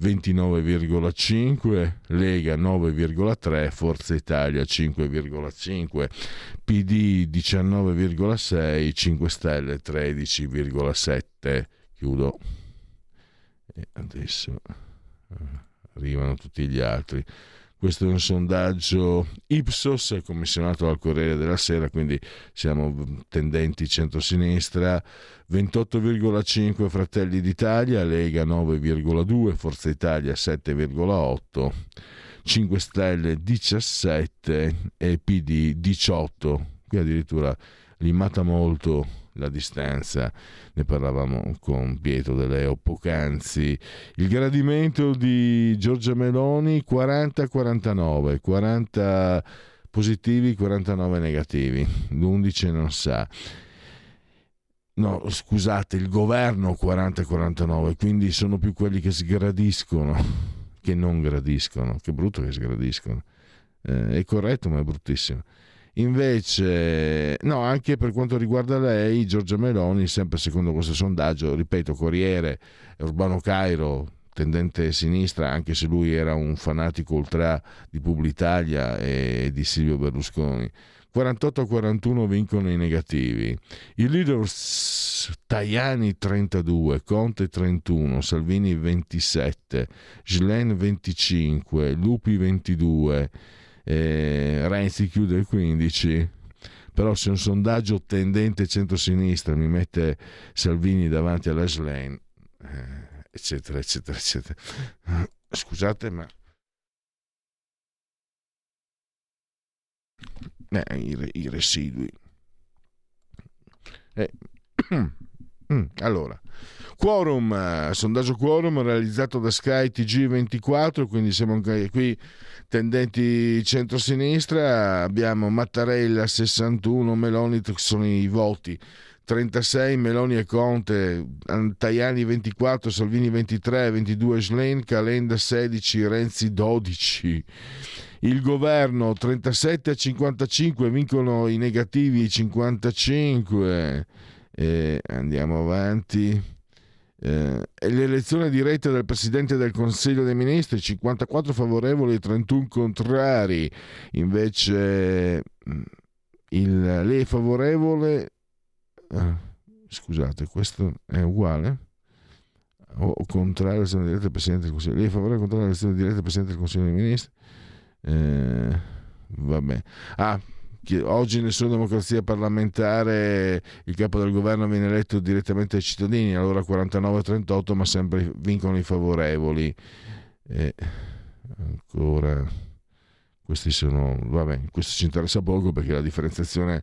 29,5, Lega 9,3, Forza Italia 5,5, PD 19,6, 5 Stelle 13,7. Chiudo. E adesso arrivano tutti gli altri. Questo è un sondaggio Ipsos commissionato dal Corriere della Sera, quindi siamo tendenti centrosinistra. 28,5 Fratelli d'Italia, Lega 9,2, Forza Italia 7,8, 5 Stelle 17 e PD 18. Qui addirittura limata molto la distanza, ne parlavamo con Pietro De Leo poc'anzi. Il gradimento di Giorgia Meloni 40-49, 40 positivi, 49 negativi, l'11 non sa. No, scusate, il governo 40-49, quindi sono più quelli che sgradiscono che non gradiscono. Che brutto che sgradiscono. È corretto, ma è bruttissimo. Invece, no, anche per quanto riguarda lei, Giorgia Meloni, sempre secondo questo sondaggio, ripeto, Corriere, Urbano Cairo, tendente sinistra, anche se lui era un fanatico ultra di Publitalia e di Silvio Berlusconi. 48-41 vincono i negativi. Il leader Tajani 32, Conte 31, Salvini 27, Schlein 25, Lupi 22, Renzi chiude il 15. Però se un sondaggio tendente centrosinistra mi mette Salvini davanti alla Schlein, eccetera eccetera eccetera. Scusate, ma i residui. Allora, Quorum, sondaggio Quorum realizzato da Sky TG24, quindi siamo anche qui tendenti centrosinistra. Abbiamo Mattarella 61, Meloni, sono i voti 36, Meloni e Conte, Tajani 24, Salvini 23, 22 Schlein, Calenda 16, Renzi 12. Il governo 37-55, vincono i negativi 55. Andiamo avanti. L'elezione diretta del Presidente del Consiglio dei Ministri, 54 favorevoli e 31 contrari. Invece lei è favorevole, scusate, questo è uguale o contrario all'elezione diretta del Presidente del Consiglio? Lei è favorevole o contrario all'elezione diretta del Presidente del Consiglio dei Ministri? Vabbè. Oggi nessuna democrazia parlamentare il capo del governo viene eletto direttamente ai cittadini, allora 49-38, ma sempre vincono i favorevoli. Ancora questi sono, vabbè, questo ci interessa poco perché la differenziazione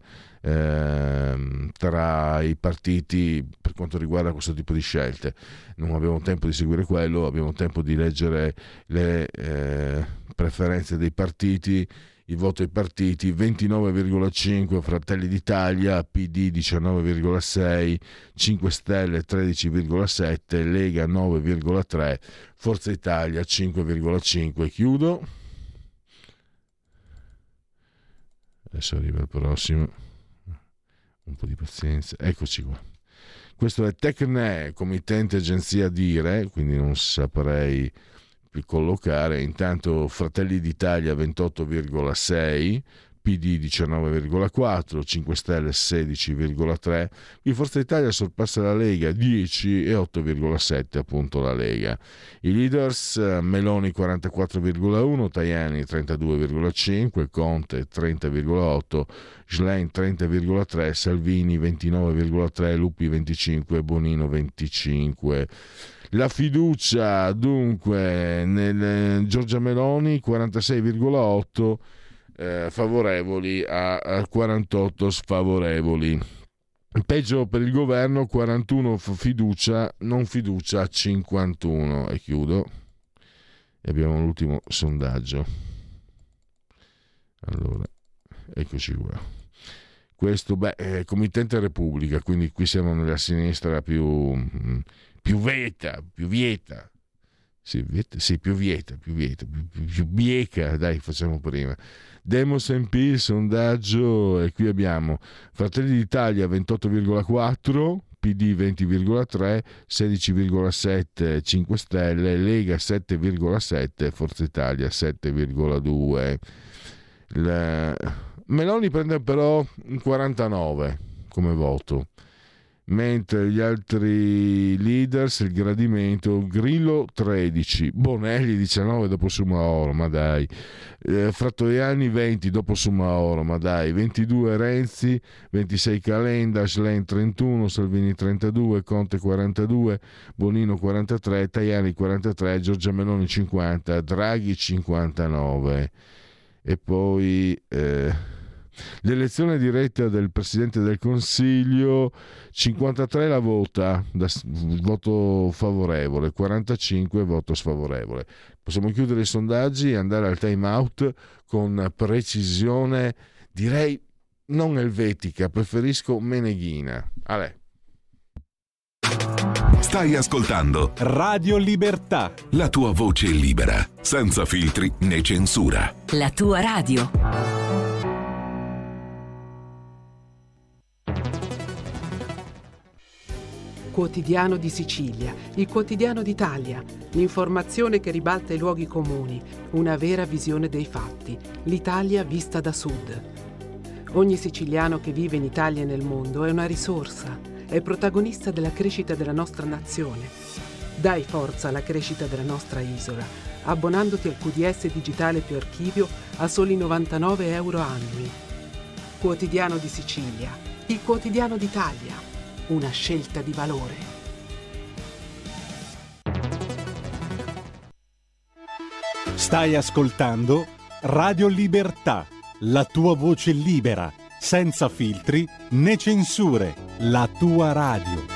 tra i partiti per quanto riguarda questo tipo di scelte non abbiamo tempo di seguire quello, abbiamo tempo di leggere le preferenze dei partiti. Il voto ai partiti: 29,5 Fratelli d'Italia, PD 19,6, 5 Stelle 13,7, Lega 9,3, Forza Italia 5,5. Chiudo. Adesso arriva il prossimo, un po' di pazienza, eccoci qua. Questo è Tecne, committente agenzia Dire, quindi non saprei più collocare. Intanto Fratelli d'Italia 28,6, PD 19,4, 5 Stelle 16,3, qui Forza Italia sorpassa la Lega 10 e 8,7 appunto la Lega. I leaders Meloni 44,1, Tajani 32,5, Conte 30,8, Schlein 30,3, Salvini 29,3, Lupi 25, Bonino 25. La fiducia dunque nel Giorgia Meloni 46,8 favorevoli a 48 sfavorevoli. Peggio per il governo, 41 fiducia, non fiducia 51. E chiudo. E abbiamo l'ultimo sondaggio. Allora, eccoci qua. Questo, committente Repubblica, quindi qui siamo nella sinistra più vieta. Sì, più bieca, dai, facciamo prima. Demos MP, sondaggio, e qui abbiamo Fratelli d'Italia 28,4, PD 20,3, 16,7 5 Stelle, Lega 7,7, Forza Italia 7,2. Meloni prende però un 49 come voto, mentre gli altri leaders, il gradimento, Grillo 13, Bonelli 19 dopo Soumahoro, ma dai, Frattoiani 20 dopo Soumahoro, ma dai, 22 Renzi, 26 Calenda, Schlein 31, Salvini 32, Conte 42, Bonino 43, Tajani 43, Giorgia Meloni 50, Draghi 59. E poi l'elezione diretta del Presidente del Consiglio, 53 la vota, voto favorevole, 45 voto sfavorevole. Possiamo chiudere i sondaggi e andare al time out con precisione, direi non elvetica, preferisco meneghina. Ale. Stai ascoltando Radio Libertà, la tua voce libera, senza filtri né censura. La tua radio. Quotidiano di Sicilia, il quotidiano d'Italia, l'informazione che ribalta i luoghi comuni, una vera visione dei fatti, l'Italia vista da sud. Ogni siciliano che vive in Italia e nel mondo è una risorsa, è protagonista della crescita della nostra nazione. Dai forza alla crescita della nostra isola, abbonandoti al QDS digitale più archivio a soli 99 euro annui. Quotidiano di Sicilia, il quotidiano d'Italia. Una scelta di valore. Stai ascoltando Radio Libertà, la tua voce libera, senza filtri né censure, la tua radio.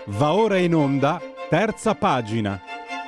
Va ora in onda, terza pagina.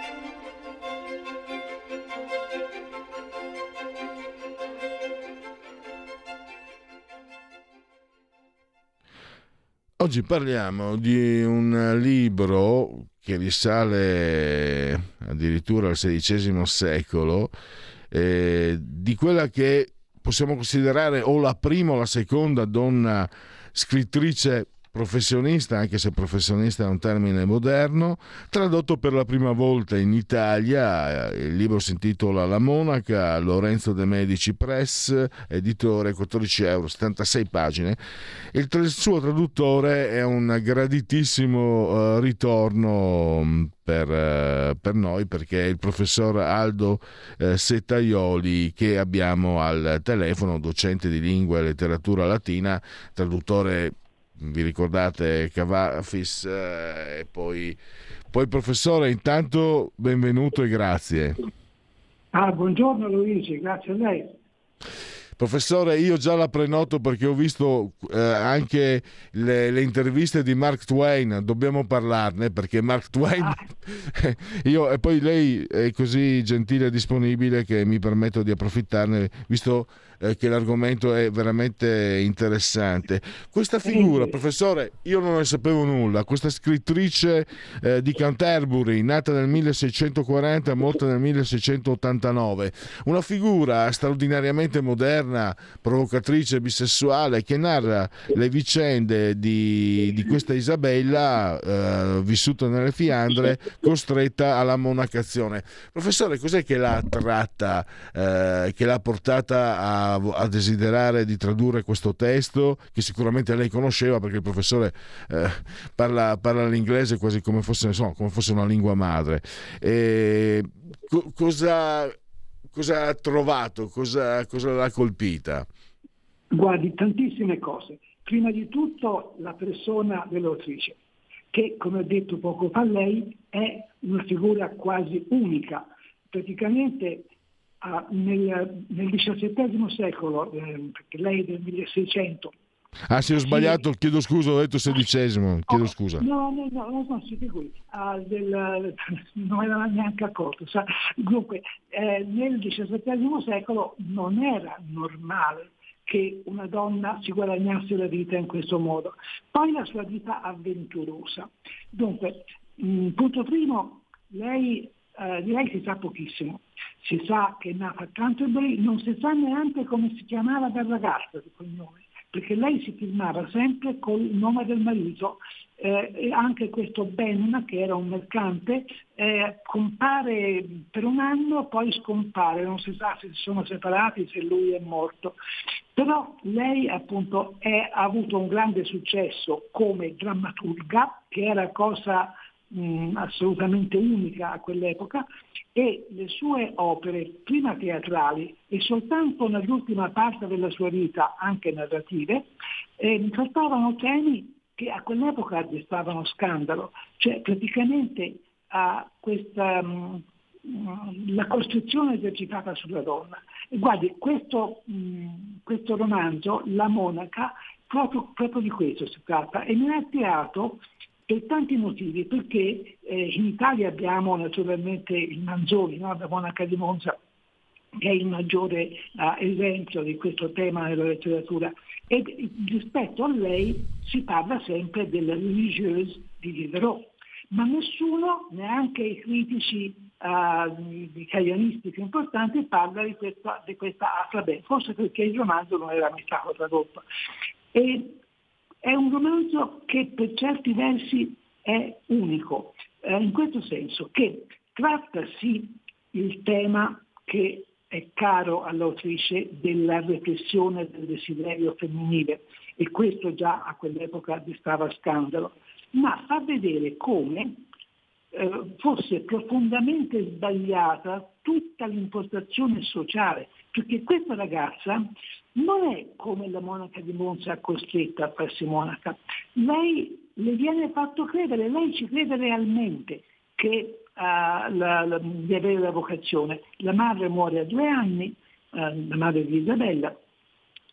Oggi parliamo di un libro che risale addirittura al XVI secolo, di quella che possiamo considerare o la prima o la seconda donna scrittrice professionista, anche se professionista è un termine moderno, tradotto per la prima volta in Italia. Il libro si intitola La Monaca, Lorenzo De Medici Press, editore, 14 euro, 76 pagine. Il suo traduttore è un graditissimo ritorno per noi, perché è il professor Aldo Settaioli, che abbiamo al telefono, docente di lingua e letteratura latina, traduttore, vi ricordate, Cavafis, e poi professore, intanto benvenuto e grazie. Buongiorno Luigi, grazie a lei. Professore, io già la prenoto perché ho visto anche le interviste di Mark Twain, dobbiamo parlarne perché Mark Twain, io e poi lei è così gentile e disponibile che mi permetto di approfittarne, visto che l'argomento è veramente interessante. Questa figura, professore, io non ne sapevo nulla, questa scrittrice di Canterbury, nata nel 1640, morta nel 1689, una figura straordinariamente moderna, provocatrice, bisessuale, che narra le vicende di questa Isabella vissuta nelle Fiandre, costretta alla monacazione. Professore, cos'è che l'ha attratta, che l'ha portata a desiderare di tradurre questo testo, che sicuramente lei conosceva perché il professore parla l'inglese quasi come fosse una lingua madre? Cosa ha trovato? Cosa l'ha colpita? Guardi, tantissime cose. Prima di tutto la persona dell'autrice, che, come ho detto poco fa lei, è una figura quasi unica. Praticamente nel XVII secolo, perché lei è del 1600. Sì, ho sbagliato, chiedo scusa, ho detto XVI, chiedo scusa. No, si figuri, non era neanche accorto. Dunque, nel XVII secolo non era normale che una donna si guadagnasse la vita in questo modo. Poi la sua vita avventurosa. Dunque, punto primo, di lei si sa pochissimo. Si sa che è nata a Canterbury, non si sa neanche come si chiamava da ragazza di cognome, perché lei si firmava sempre col nome del marito, e anche questo Ben, che era un mercante, compare per un anno, poi scompare, non si sa se si sono separati, se lui è morto. Però lei appunto ha avuto un grande successo come drammaturga, che era cosa assolutamente unica a quell'epoca, e le sue opere, prima teatrali e soltanto nell'ultima parte della sua vita anche narrative, trattavano temi che a quell'epoca destavano scandalo, cioè praticamente la costrizione esercitata sulla donna. E guardi, questo romanzo, La Monaca, proprio di questo si tratta, e ne ha attirato per tanti motivi, perché in Italia abbiamo naturalmente il Manzoni, no? La Monaca di Monza, che è il maggiore esempio di questo tema nella letteratura, e rispetto a lei si parla sempre della religieuse di Diderot, ma nessuno, neanche i critici italianisti più importanti, parla di questa Afra, forse perché il romanzo non era mai stato tradotto. E è un romanzo che per certi versi è unico, in questo senso che tratta sì il tema che è caro all'autrice della repressione del desiderio femminile, e questo già a quell'epoca destava scandalo, ma fa vedere come fosse profondamente sbagliata tutta l'impostazione sociale, perché questa ragazza non è come la monaca di Monza costretta a farsi monaca. Lei le viene fatto credere, lei ci crede realmente che di avere la vocazione. La madre muore a 2 anni, la madre di Isabella,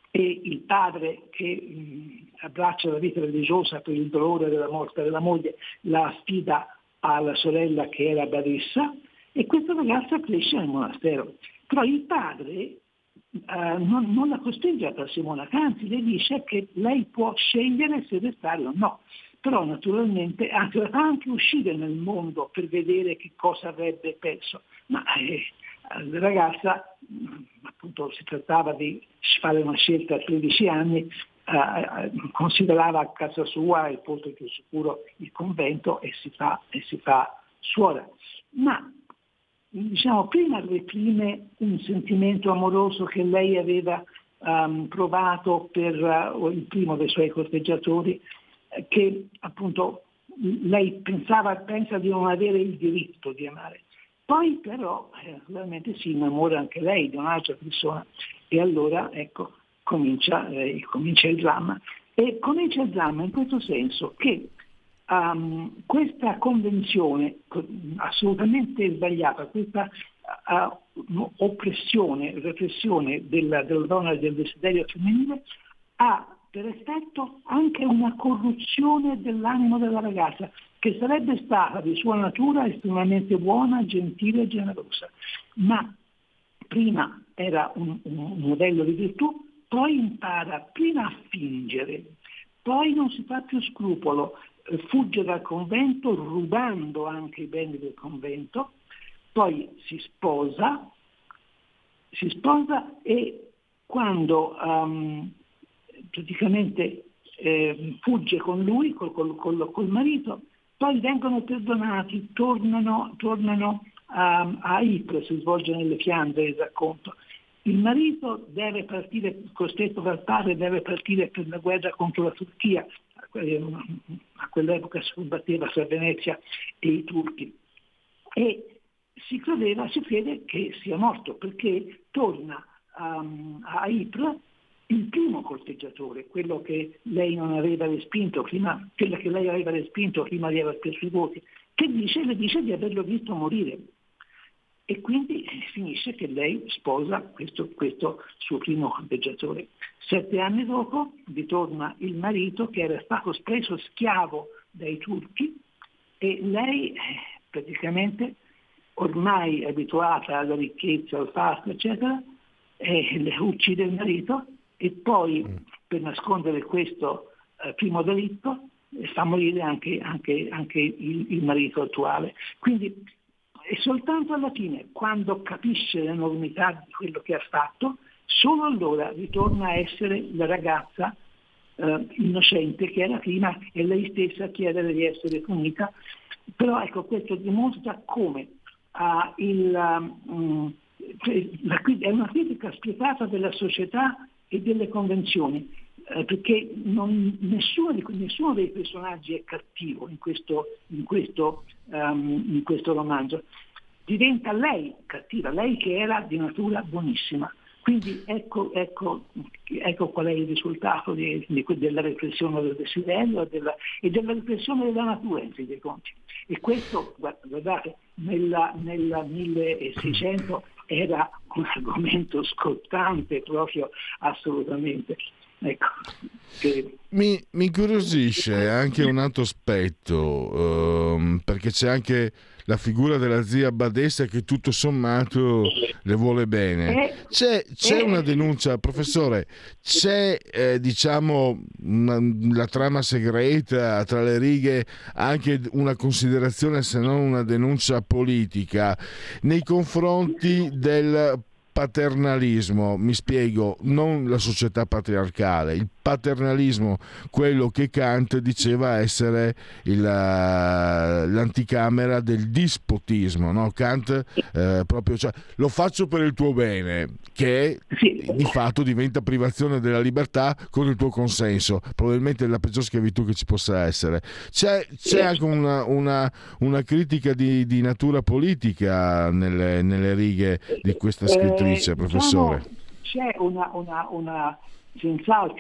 e il padre che abbraccia la vita religiosa per il dolore della morte della moglie, la affida alla sorella che era badessa, e questa ragazza cresce nel monastero. Però il padre non la costringe a farsi monaca, anzi le dice che lei può scegliere se restare o no. Però naturalmente anche la fa anche uscire nel mondo per vedere che cosa avrebbe perso. Ma la ragazza, appunto si trattava di fare una scelta a 13 anni, considerava a casa sua il posto più sicuro il convento e si fa suora. Ma diciamo prima reprime un sentimento amoroso che lei aveva provato per il primo dei suoi corteggiatori, che appunto lei pensa di non avere il diritto di amare. Poi però realmente si innamora anche lei di un'altra persona, e allora ecco comincia il dramma. E comincia il dramma in questo senso che questa convenzione assolutamente sbagliata, questa repressione della donna e del desiderio femminile ha per effetto anche una corruzione dell'animo della ragazza, che sarebbe stata di sua natura estremamente buona, gentile e generosa, ma prima era un modello di virtù, poi impara prima a fingere, poi non si fa più scrupolo, fugge dal convento rubando anche i beni del convento, poi si sposa e quando praticamente fugge con lui, col marito, poi vengono perdonati, tornano a Ypres, si svolge nelle Fiandre il racconto. Il marito deve partire, costretto dal padre, deve partire per la guerra contro la Turchia. A quell'epoca si combatteva tra Venezia e i turchi. E si crede che sia morto, perché torna a Ypres il primo corteggiatore, quello che lei non aveva respinto prima, quella che lei aveva respinto prima di aver perso i voti, che le dice di averlo visto morire. E quindi finisce che lei sposa questo suo primo corteggiatore. 7 anni dopo ritorna il marito, che era stato preso schiavo dai turchi, e lei praticamente, ormai abituata alla ricchezza, al fasto, eccetera, le uccide il marito, e poi per nascondere questo primo delitto fa morire anche il marito attuale. Quindi è soltanto alla fine, quando capisce l'enormità di quello che ha fatto, solo allora ritorna a essere la ragazza innocente che era prima, e lei stessa chiedere di essere punita. Però ecco, questo dimostra come è una critica spietata della società e delle convenzioni, perché nessuno dei personaggi è cattivo in questo romanzo. Diventa lei cattiva, lei che era di natura buonissima. Quindi ecco qual è il risultato della repressione del desiderio e della repressione della natura, in fin dei conti. E questo, guardate, nel 1600 era un argomento scottante proprio, assolutamente. Ecco, mi incuriosisce anche un altro aspetto, perché c'è anche la figura della zia badessa che tutto sommato le vuole bene. C'è una denuncia, professore, c'è diciamo la trama segreta, tra le righe anche una considerazione, se non una denuncia politica nei confronti del paternalismo. Mi spiego, non la società patriarcale, il paternalismo, quello che Kant diceva essere l'anticamera del dispotismo, no? Kant proprio, cioè, lo faccio per il tuo bene, che di fatto diventa privazione della libertà con il tuo consenso, probabilmente la peggior schiavitù che ci possa essere. C'è anche una critica di natura politica nelle righe di questa scrittrice, professore. C'è senz'altro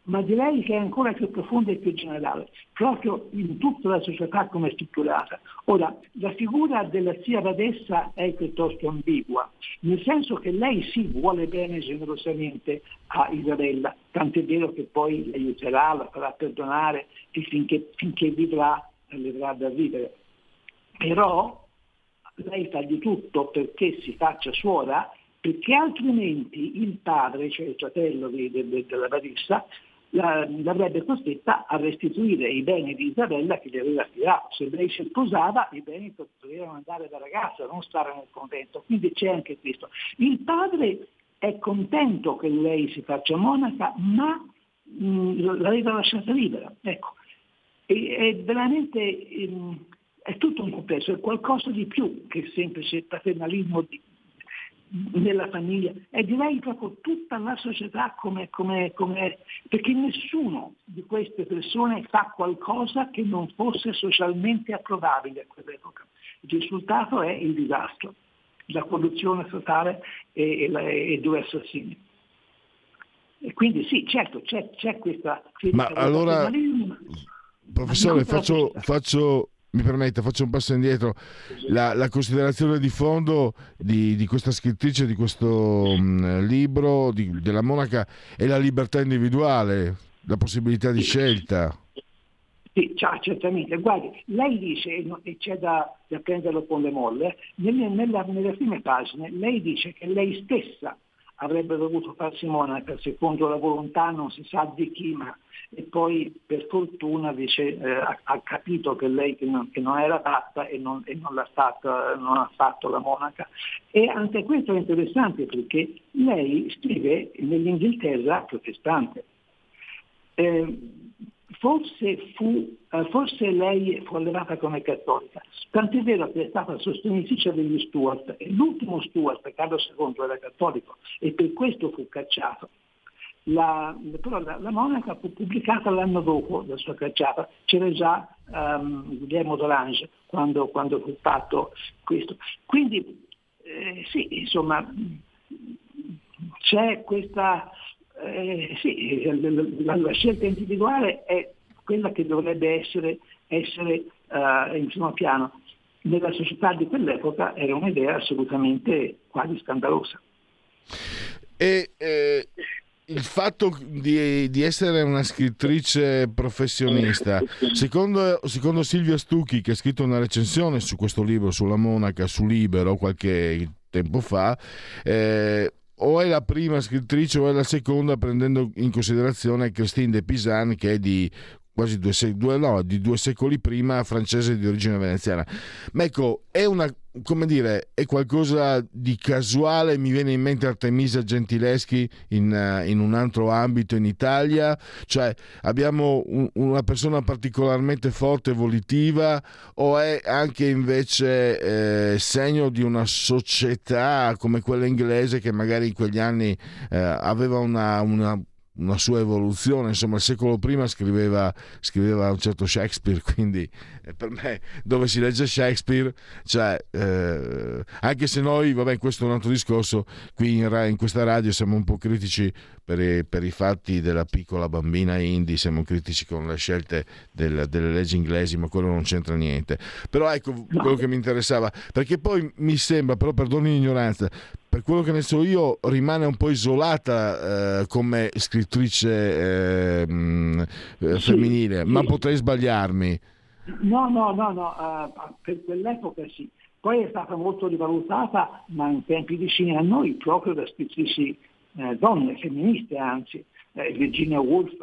ma direi che è ancora più profonda e più generale, proprio in tutta la società come è strutturata. Ora, la figura della zia Badessa è piuttosto ambigua, nel senso che lei sì vuole bene generosamente a Isabella, tant'è vero che poi l'aiuterà, la farà perdonare e finché vivrà le darà da vivere. Però lei fa di tutto perché si faccia suora, perché altrimenti il padre, cioè il fratello della Badessa, l'avrebbe costretta a restituire i beni di Isabella che gli aveva affidato. Se lei si sposava, i beni dovevano andare da ragazza, non stare nel convento. Quindi c'è anche questo. Il padre è contento che lei si faccia monaca, ma l'aveva lasciata libera. Ecco. È veramente è tutto un complesso, è qualcosa di più che semplice paternalismo nella famiglia, e direi proprio tutta la società come perché nessuno di queste persone fa qualcosa che non fosse socialmente approvabile a quell'epoca. Il risultato è il disastro, la corruzione totale e due assassini. E quindi sì, certo, c'è questa critica. Ma allora, professore, mi permetta, faccio un passo indietro. La considerazione di fondo di questa scrittrice, di questo libro, della monaca, è la libertà individuale, la possibilità di scelta. Sì, certamente. Guardi, lei dice, e c'è da prenderlo con le molle, nelle prime pagine lei dice che lei stessa avrebbe dovuto farsi monaca secondo la volontà non si sa di chi, ma e poi per fortuna dice, ha capito che lei che non era fatta e non ha fatto la monaca. E anche questo è interessante perché lei scrive nell'Inghilterra protestante. Forse lei fu allevata come cattolica, tant'è vero che è stata sostenitrice degli Stuart, e l'ultimo Stuart, Carlo II, era cattolico e per questo fu cacciato. Però la monaca fu pubblicata l'anno dopo la sua cacciata, c'era già Guglielmo d'Orange quando fu fatto questo. Quindi sì, insomma, c'è questa... sì, la scelta individuale è quella che dovrebbe essere in primo piano. Nella società di quell'epoca era un'idea assolutamente quasi scandalosa. E il fatto di essere una scrittrice professionista, secondo Silvia Stucchi, che ha scritto una recensione su questo libro, sulla monaca, su Libero, qualche tempo fa, o è la prima scrittrice o è la seconda, prendendo in considerazione Christine de Pisan, che è di quasi due secoli prima, francese di origine veneziana. Ma ecco, è è qualcosa di casuale. Mi viene in mente Artemisia Gentileschi in un altro ambito in Italia, cioè abbiamo una persona particolarmente forte e volitiva, o è anche invece segno di una società come quella inglese che magari in quegli anni aveva una sua evoluzione? Insomma, il secolo prima scriveva un certo Shakespeare, quindi per me dove si legge Shakespeare, cioè anche se noi, vabbè, questo è un altro discorso, qui in questa radio siamo un po' critici per i fatti della piccola bambina Indy, siamo critici con le scelte delle leggi inglesi, ma quello non c'entra niente. Però ecco quello che mi interessava, perché poi mi sembra, però perdoni l'ignoranza, per quello che ne so io, rimane un po' isolata come scrittrice femminile, ma potrei sbagliarmi. No, per quell'epoca sì. Poi è stata molto rivalutata, ma in tempi vicini a noi, proprio da scrittrici donne, femministe anzi, Virginia Woolf,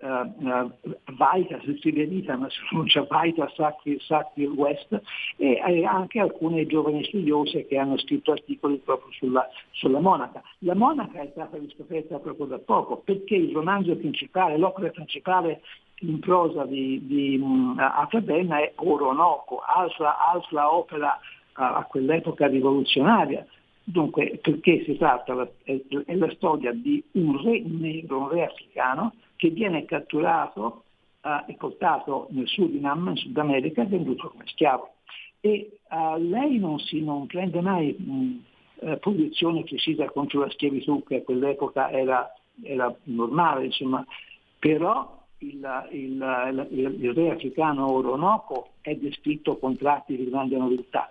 Vaita, si scrive Vita, ma si pronuncia Vaita, Sackville West, e anche alcune giovani studiose che hanno scritto articoli proprio sulla monaca. La monaca è stata riscoperta proprio da poco, perché il romanzo principale, l'opera principale in prosa di Afrabenna è Oronoco, altra opera a quell'epoca rivoluzionaria. Dunque, perché si tratta, è la storia di un re negro, un re africano, che viene catturato e portato nel Surinam, in Sud America, e venduto come schiavo. E lei non prende mai posizione precisa contro la schiavitù, che a quell'epoca era normale, insomma, però il re africano Oronoco è descritto con tratti di grande nobiltà.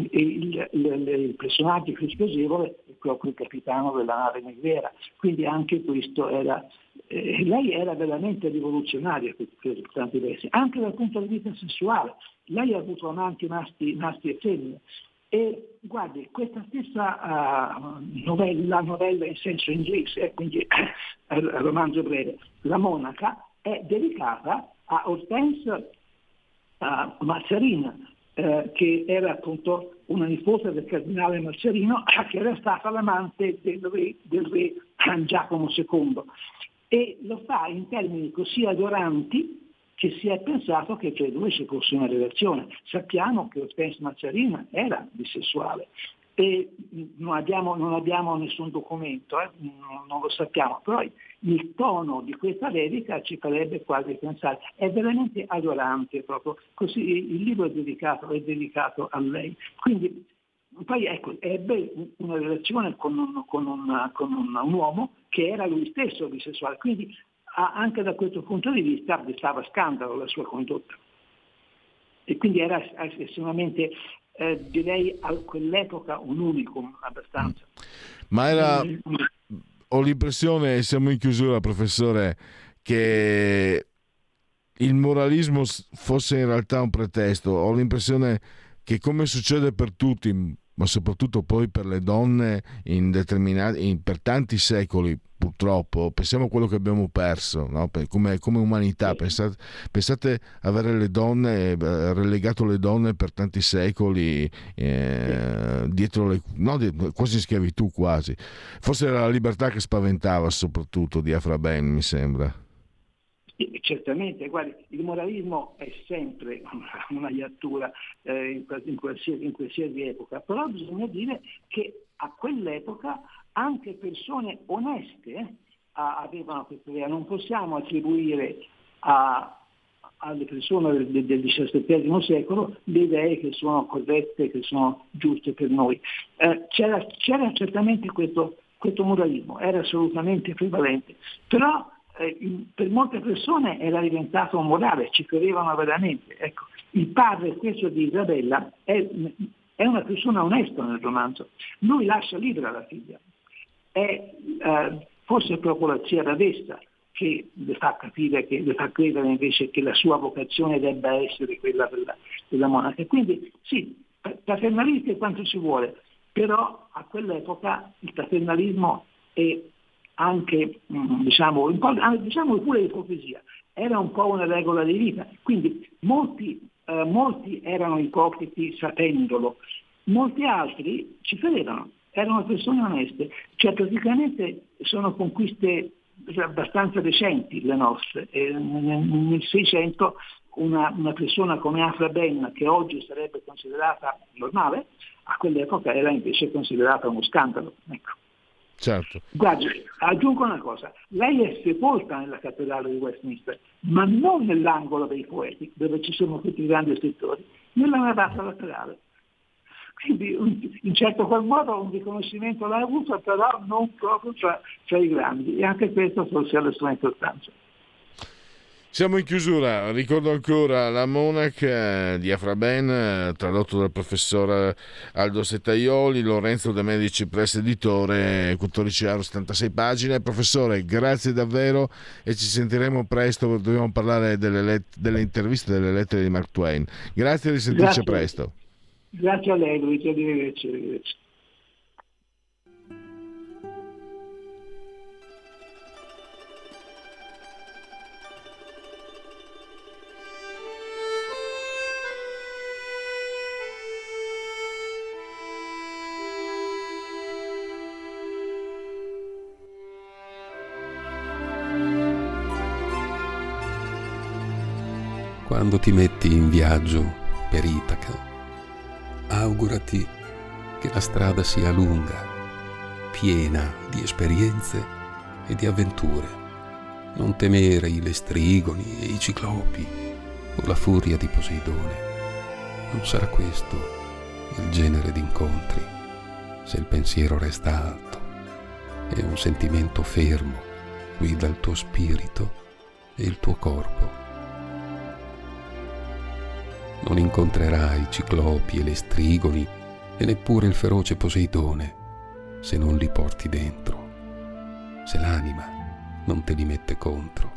Il personaggio più spiacevole è proprio il capitano della nave nigriera, quindi anche questo era lei era veramente rivoluzionaria per tanti versi, anche dal punto di vista sessuale. Lei ha avuto amanti maschi e femmine, e guardi, questa stessa novella in senso inglese, quindi romanzo breve, La monaca, è dedicata a Hortense Mazarin, che era appunto una nipote del cardinale Mazzarino, che era stata l'amante del re Giacomo II, e lo fa in termini così adoranti che si è pensato che tra i due ci fosse una relazione. Sappiamo che Hortense Mazarin era bisessuale e non abbiamo nessun documento, non lo sappiamo, però il tono di questa dedica ci farebbe quasi pensare, è veramente adorante proprio, così il libro è dedicato a lei. Quindi poi ecco, ebbe una relazione con un uomo che era lui stesso bisessuale, quindi anche da questo punto di vista stava scandalo la sua condotta, e quindi era estremamente direi a quell'epoca un unicum abbastanza. Ma ho l'impressione, siamo in chiusura professore, che il moralismo fosse in realtà un pretesto. Ho l'impressione che, come succede per tutti, ma soprattutto poi per le donne per tanti secoli, purtroppo, pensiamo a quello che abbiamo perso, no? come umanità. Pensate avere le donne, relegato le donne per tanti secoli dietro quasi in schiavitù quasi. Forse era la libertà che spaventava, soprattutto di Afra Ben, mi sembra. Certamente, guardi, il moralismo è sempre una iattura in qualsiasi epoca, però bisogna dire che a quell'epoca anche persone oneste avevano questa idea. Non possiamo attribuire alle persone del XVII secolo le idee che sono corrette, che sono giuste per noi. C'era certamente questo moralismo, era assolutamente prevalente, però per molte persone era diventato un morale, ci credevano veramente. Ecco, il padre, questo di Isabella, è una persona onesta nel romanzo. Lui lascia libera la figlia. È forse proprio la zia Radessa che le fa credere invece che la sua vocazione debba essere quella della monaca. Quindi sì, paternalisti quanto ci vuole, però a quell'epoca il paternalismo è anche diciamo pure l'ipocrisia, era un po' una regola di vita, quindi molti erano ipocriti sapendolo, molti altri ci credevano, erano persone oneste, cioè praticamente sono conquiste abbastanza recenti le nostre. Nel 600 una persona come Afra Ben, che oggi sarebbe considerata normale, a quell'epoca era invece considerata uno scandalo. Ecco. Certo. Guardi, aggiungo una cosa, lei è sepolta nella cattedrale di Westminster, ma non nell'angolo dei poeti, dove ci sono tutti i grandi scrittori, nella navata laterale. Quindi in certo qual modo un riconoscimento l'ha avuto, però non proprio tra i grandi, e anche questo forse ha la sua importanza. Siamo in chiusura, ricordo ancora La monaca di Afra Ben, tradotto dal professor Aldo Settaioli, Lorenzo De Medici Press Editore, 14 euro, 76 pagine. Professore, grazie davvero e ci sentiremo presto, dobbiamo parlare delle interviste, delle lettere di Mark Twain. Grazie e risentirci presto. Grazie a lei, Luigi, arrivederci. Quando ti metti in viaggio per Itaca, augurati che la strada sia lunga, piena di esperienze e di avventure. Non temere i lestrigoni e i ciclopi o la furia di Poseidone. Non sarà questo il genere di incontri se il pensiero resta alto e un sentimento fermo guida il tuo spirito e il tuo corpo. Non incontrerai ciclopi e le strigoni e neppure il feroce Poseidone se non li porti dentro, se l'anima non te li mette contro.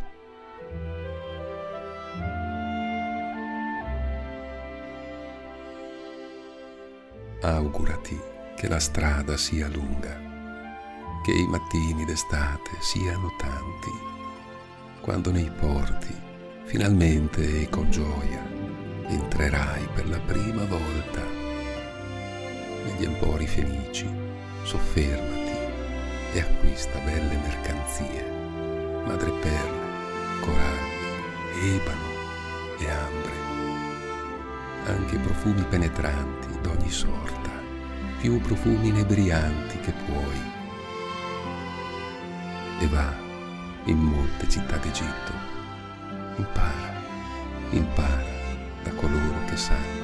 Augurati che la strada sia lunga, che i mattini d'estate siano tanti, quando nei porti, finalmente e con gioia, entrerai per la prima volta. Negli empori fenici, soffermati e acquista belle mercanzie, madreperle, coralli, ebano e ambre, anche profumi penetranti d'ogni sorta, più profumi inebrianti che puoi. E va in molte città d'Egitto, impara da coloro che sanno.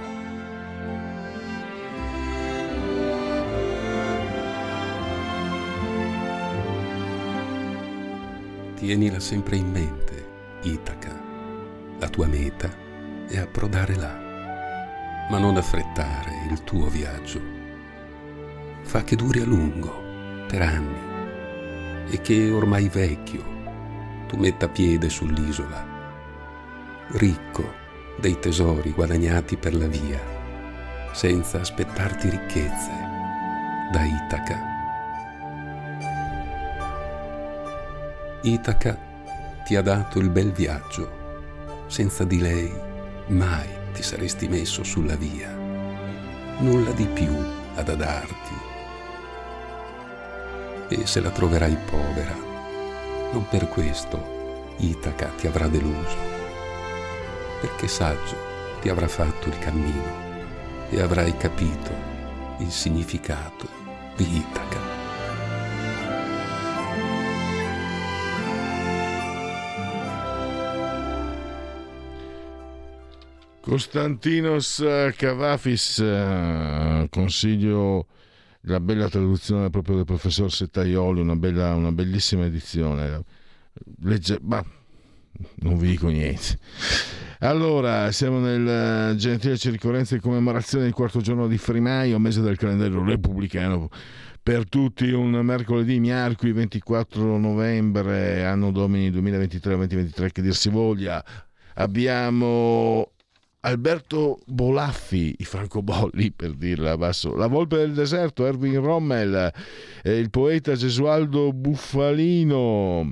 Tienila sempre in mente, Itaca. La tua meta è approdare là, ma non affrettare il tuo viaggio. Fa che duri a lungo, per anni, e che ormai vecchio tu metta piede sull'isola, ricco dei tesori guadagnati per la via, senza aspettarti ricchezze da Itaca. Itaca ti ha dato il bel viaggio, senza di lei mai ti saresti messo sulla via, nulla di più ad adarti. E se la troverai povera, non per questo Itaca ti avrà deluso, perché saggio ti avrà fatto il cammino e avrai capito il significato di Itaca. Konstantinos Kavafis, consiglio la bella traduzione proprio del professor Settaioli, una bellissima edizione. Non vi dico niente. Allora, siamo nel gentile circolenza di commemorazione del 4° giorno di Frimaio, mese del calendario repubblicano. Per tutti un mercoledì miarqui 24 novembre, anno domini 2023, che dir si voglia. Abbiamo Alberto Bolaffi, i francobolli per dirla basso, La volpe del deserto, Erwin Rommel, il poeta Gesualdo Buffalino,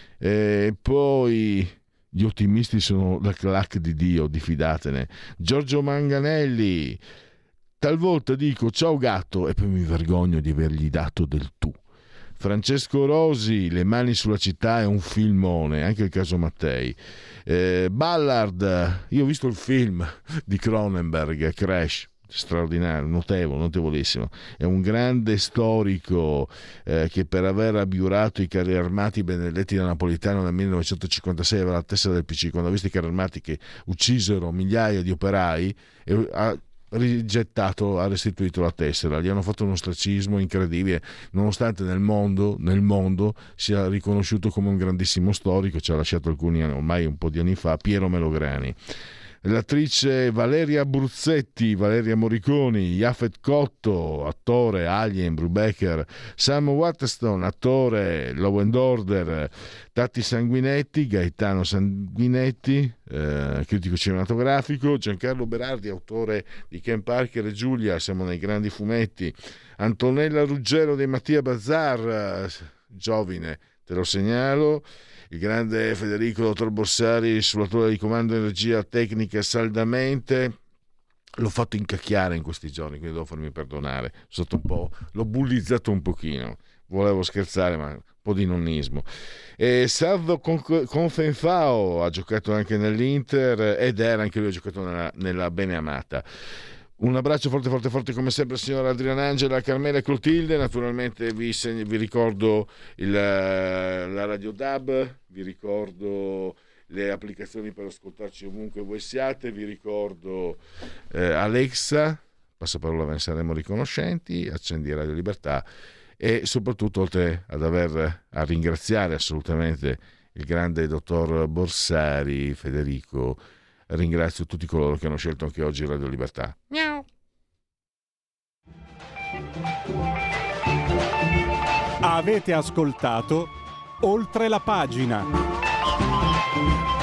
poi gli ottimisti sono la clac di Dio, diffidatene, Giorgio Manganelli. Talvolta dico ciao gatto e poi mi vergogno di avergli dato del tu. Francesco Rosi, Le mani sulla città è un filmone, anche il caso Mattei. Ballard, io ho visto il film di Cronenberg, Crash, straordinario, notevolissimo. È un grande storico che per aver abiurato i carri armati benedetti da Napolitano nel 1956 aveva la testa del PC. Quando ha visto i carri armati che uccisero migliaia di operai, ha restituito la tessera, gli hanno fatto un ostracismo incredibile, nonostante nel mondo sia riconosciuto come un grandissimo storico. Ci ha lasciato ormai un po' di anni fa, Piero Melograni. L'attrice Valeria Bruzzetti, Valeria Moriconi, Jafet Kotto, attore, Alien, Brubaker, Sam Waterston, attore, Law and Order, Tatti Sanguinetti, Gaetano Sanguinetti, critico cinematografico, Giancarlo Berardi, autore di Ken Parker e Giulia, siamo nei grandi fumetti, Antonella Ruggero dei Mattia Bazar, giovine, te lo segnalo, il grande Federico Dottor Borsari sulla torre di comando energia tecnica saldamente. L'ho fatto incacchiare in questi giorni, quindi devo farmi perdonare, l'ho bullizzato un pochino, volevo scherzare ma un po' di nonnismo. E Salvo Confenfao ha giocato anche nell'Inter ed era anche lui, ha giocato nella Beneamata. Un abbraccio forte come sempre signora Adriana Angela, Carmela e Clotilde. Naturalmente vi ricordo la Radio DAB, vi ricordo le applicazioni per ascoltarci ovunque voi siate, vi ricordo Alexa, passaparola ve ne saremo riconoscenti, accendi Radio Libertà e soprattutto oltre a ringraziare assolutamente il grande dottor Borsari, Federico. Ringrazio tutti coloro che hanno scelto anche oggi Radio Libertà. Miau. Avete ascoltato Oltre la pagina.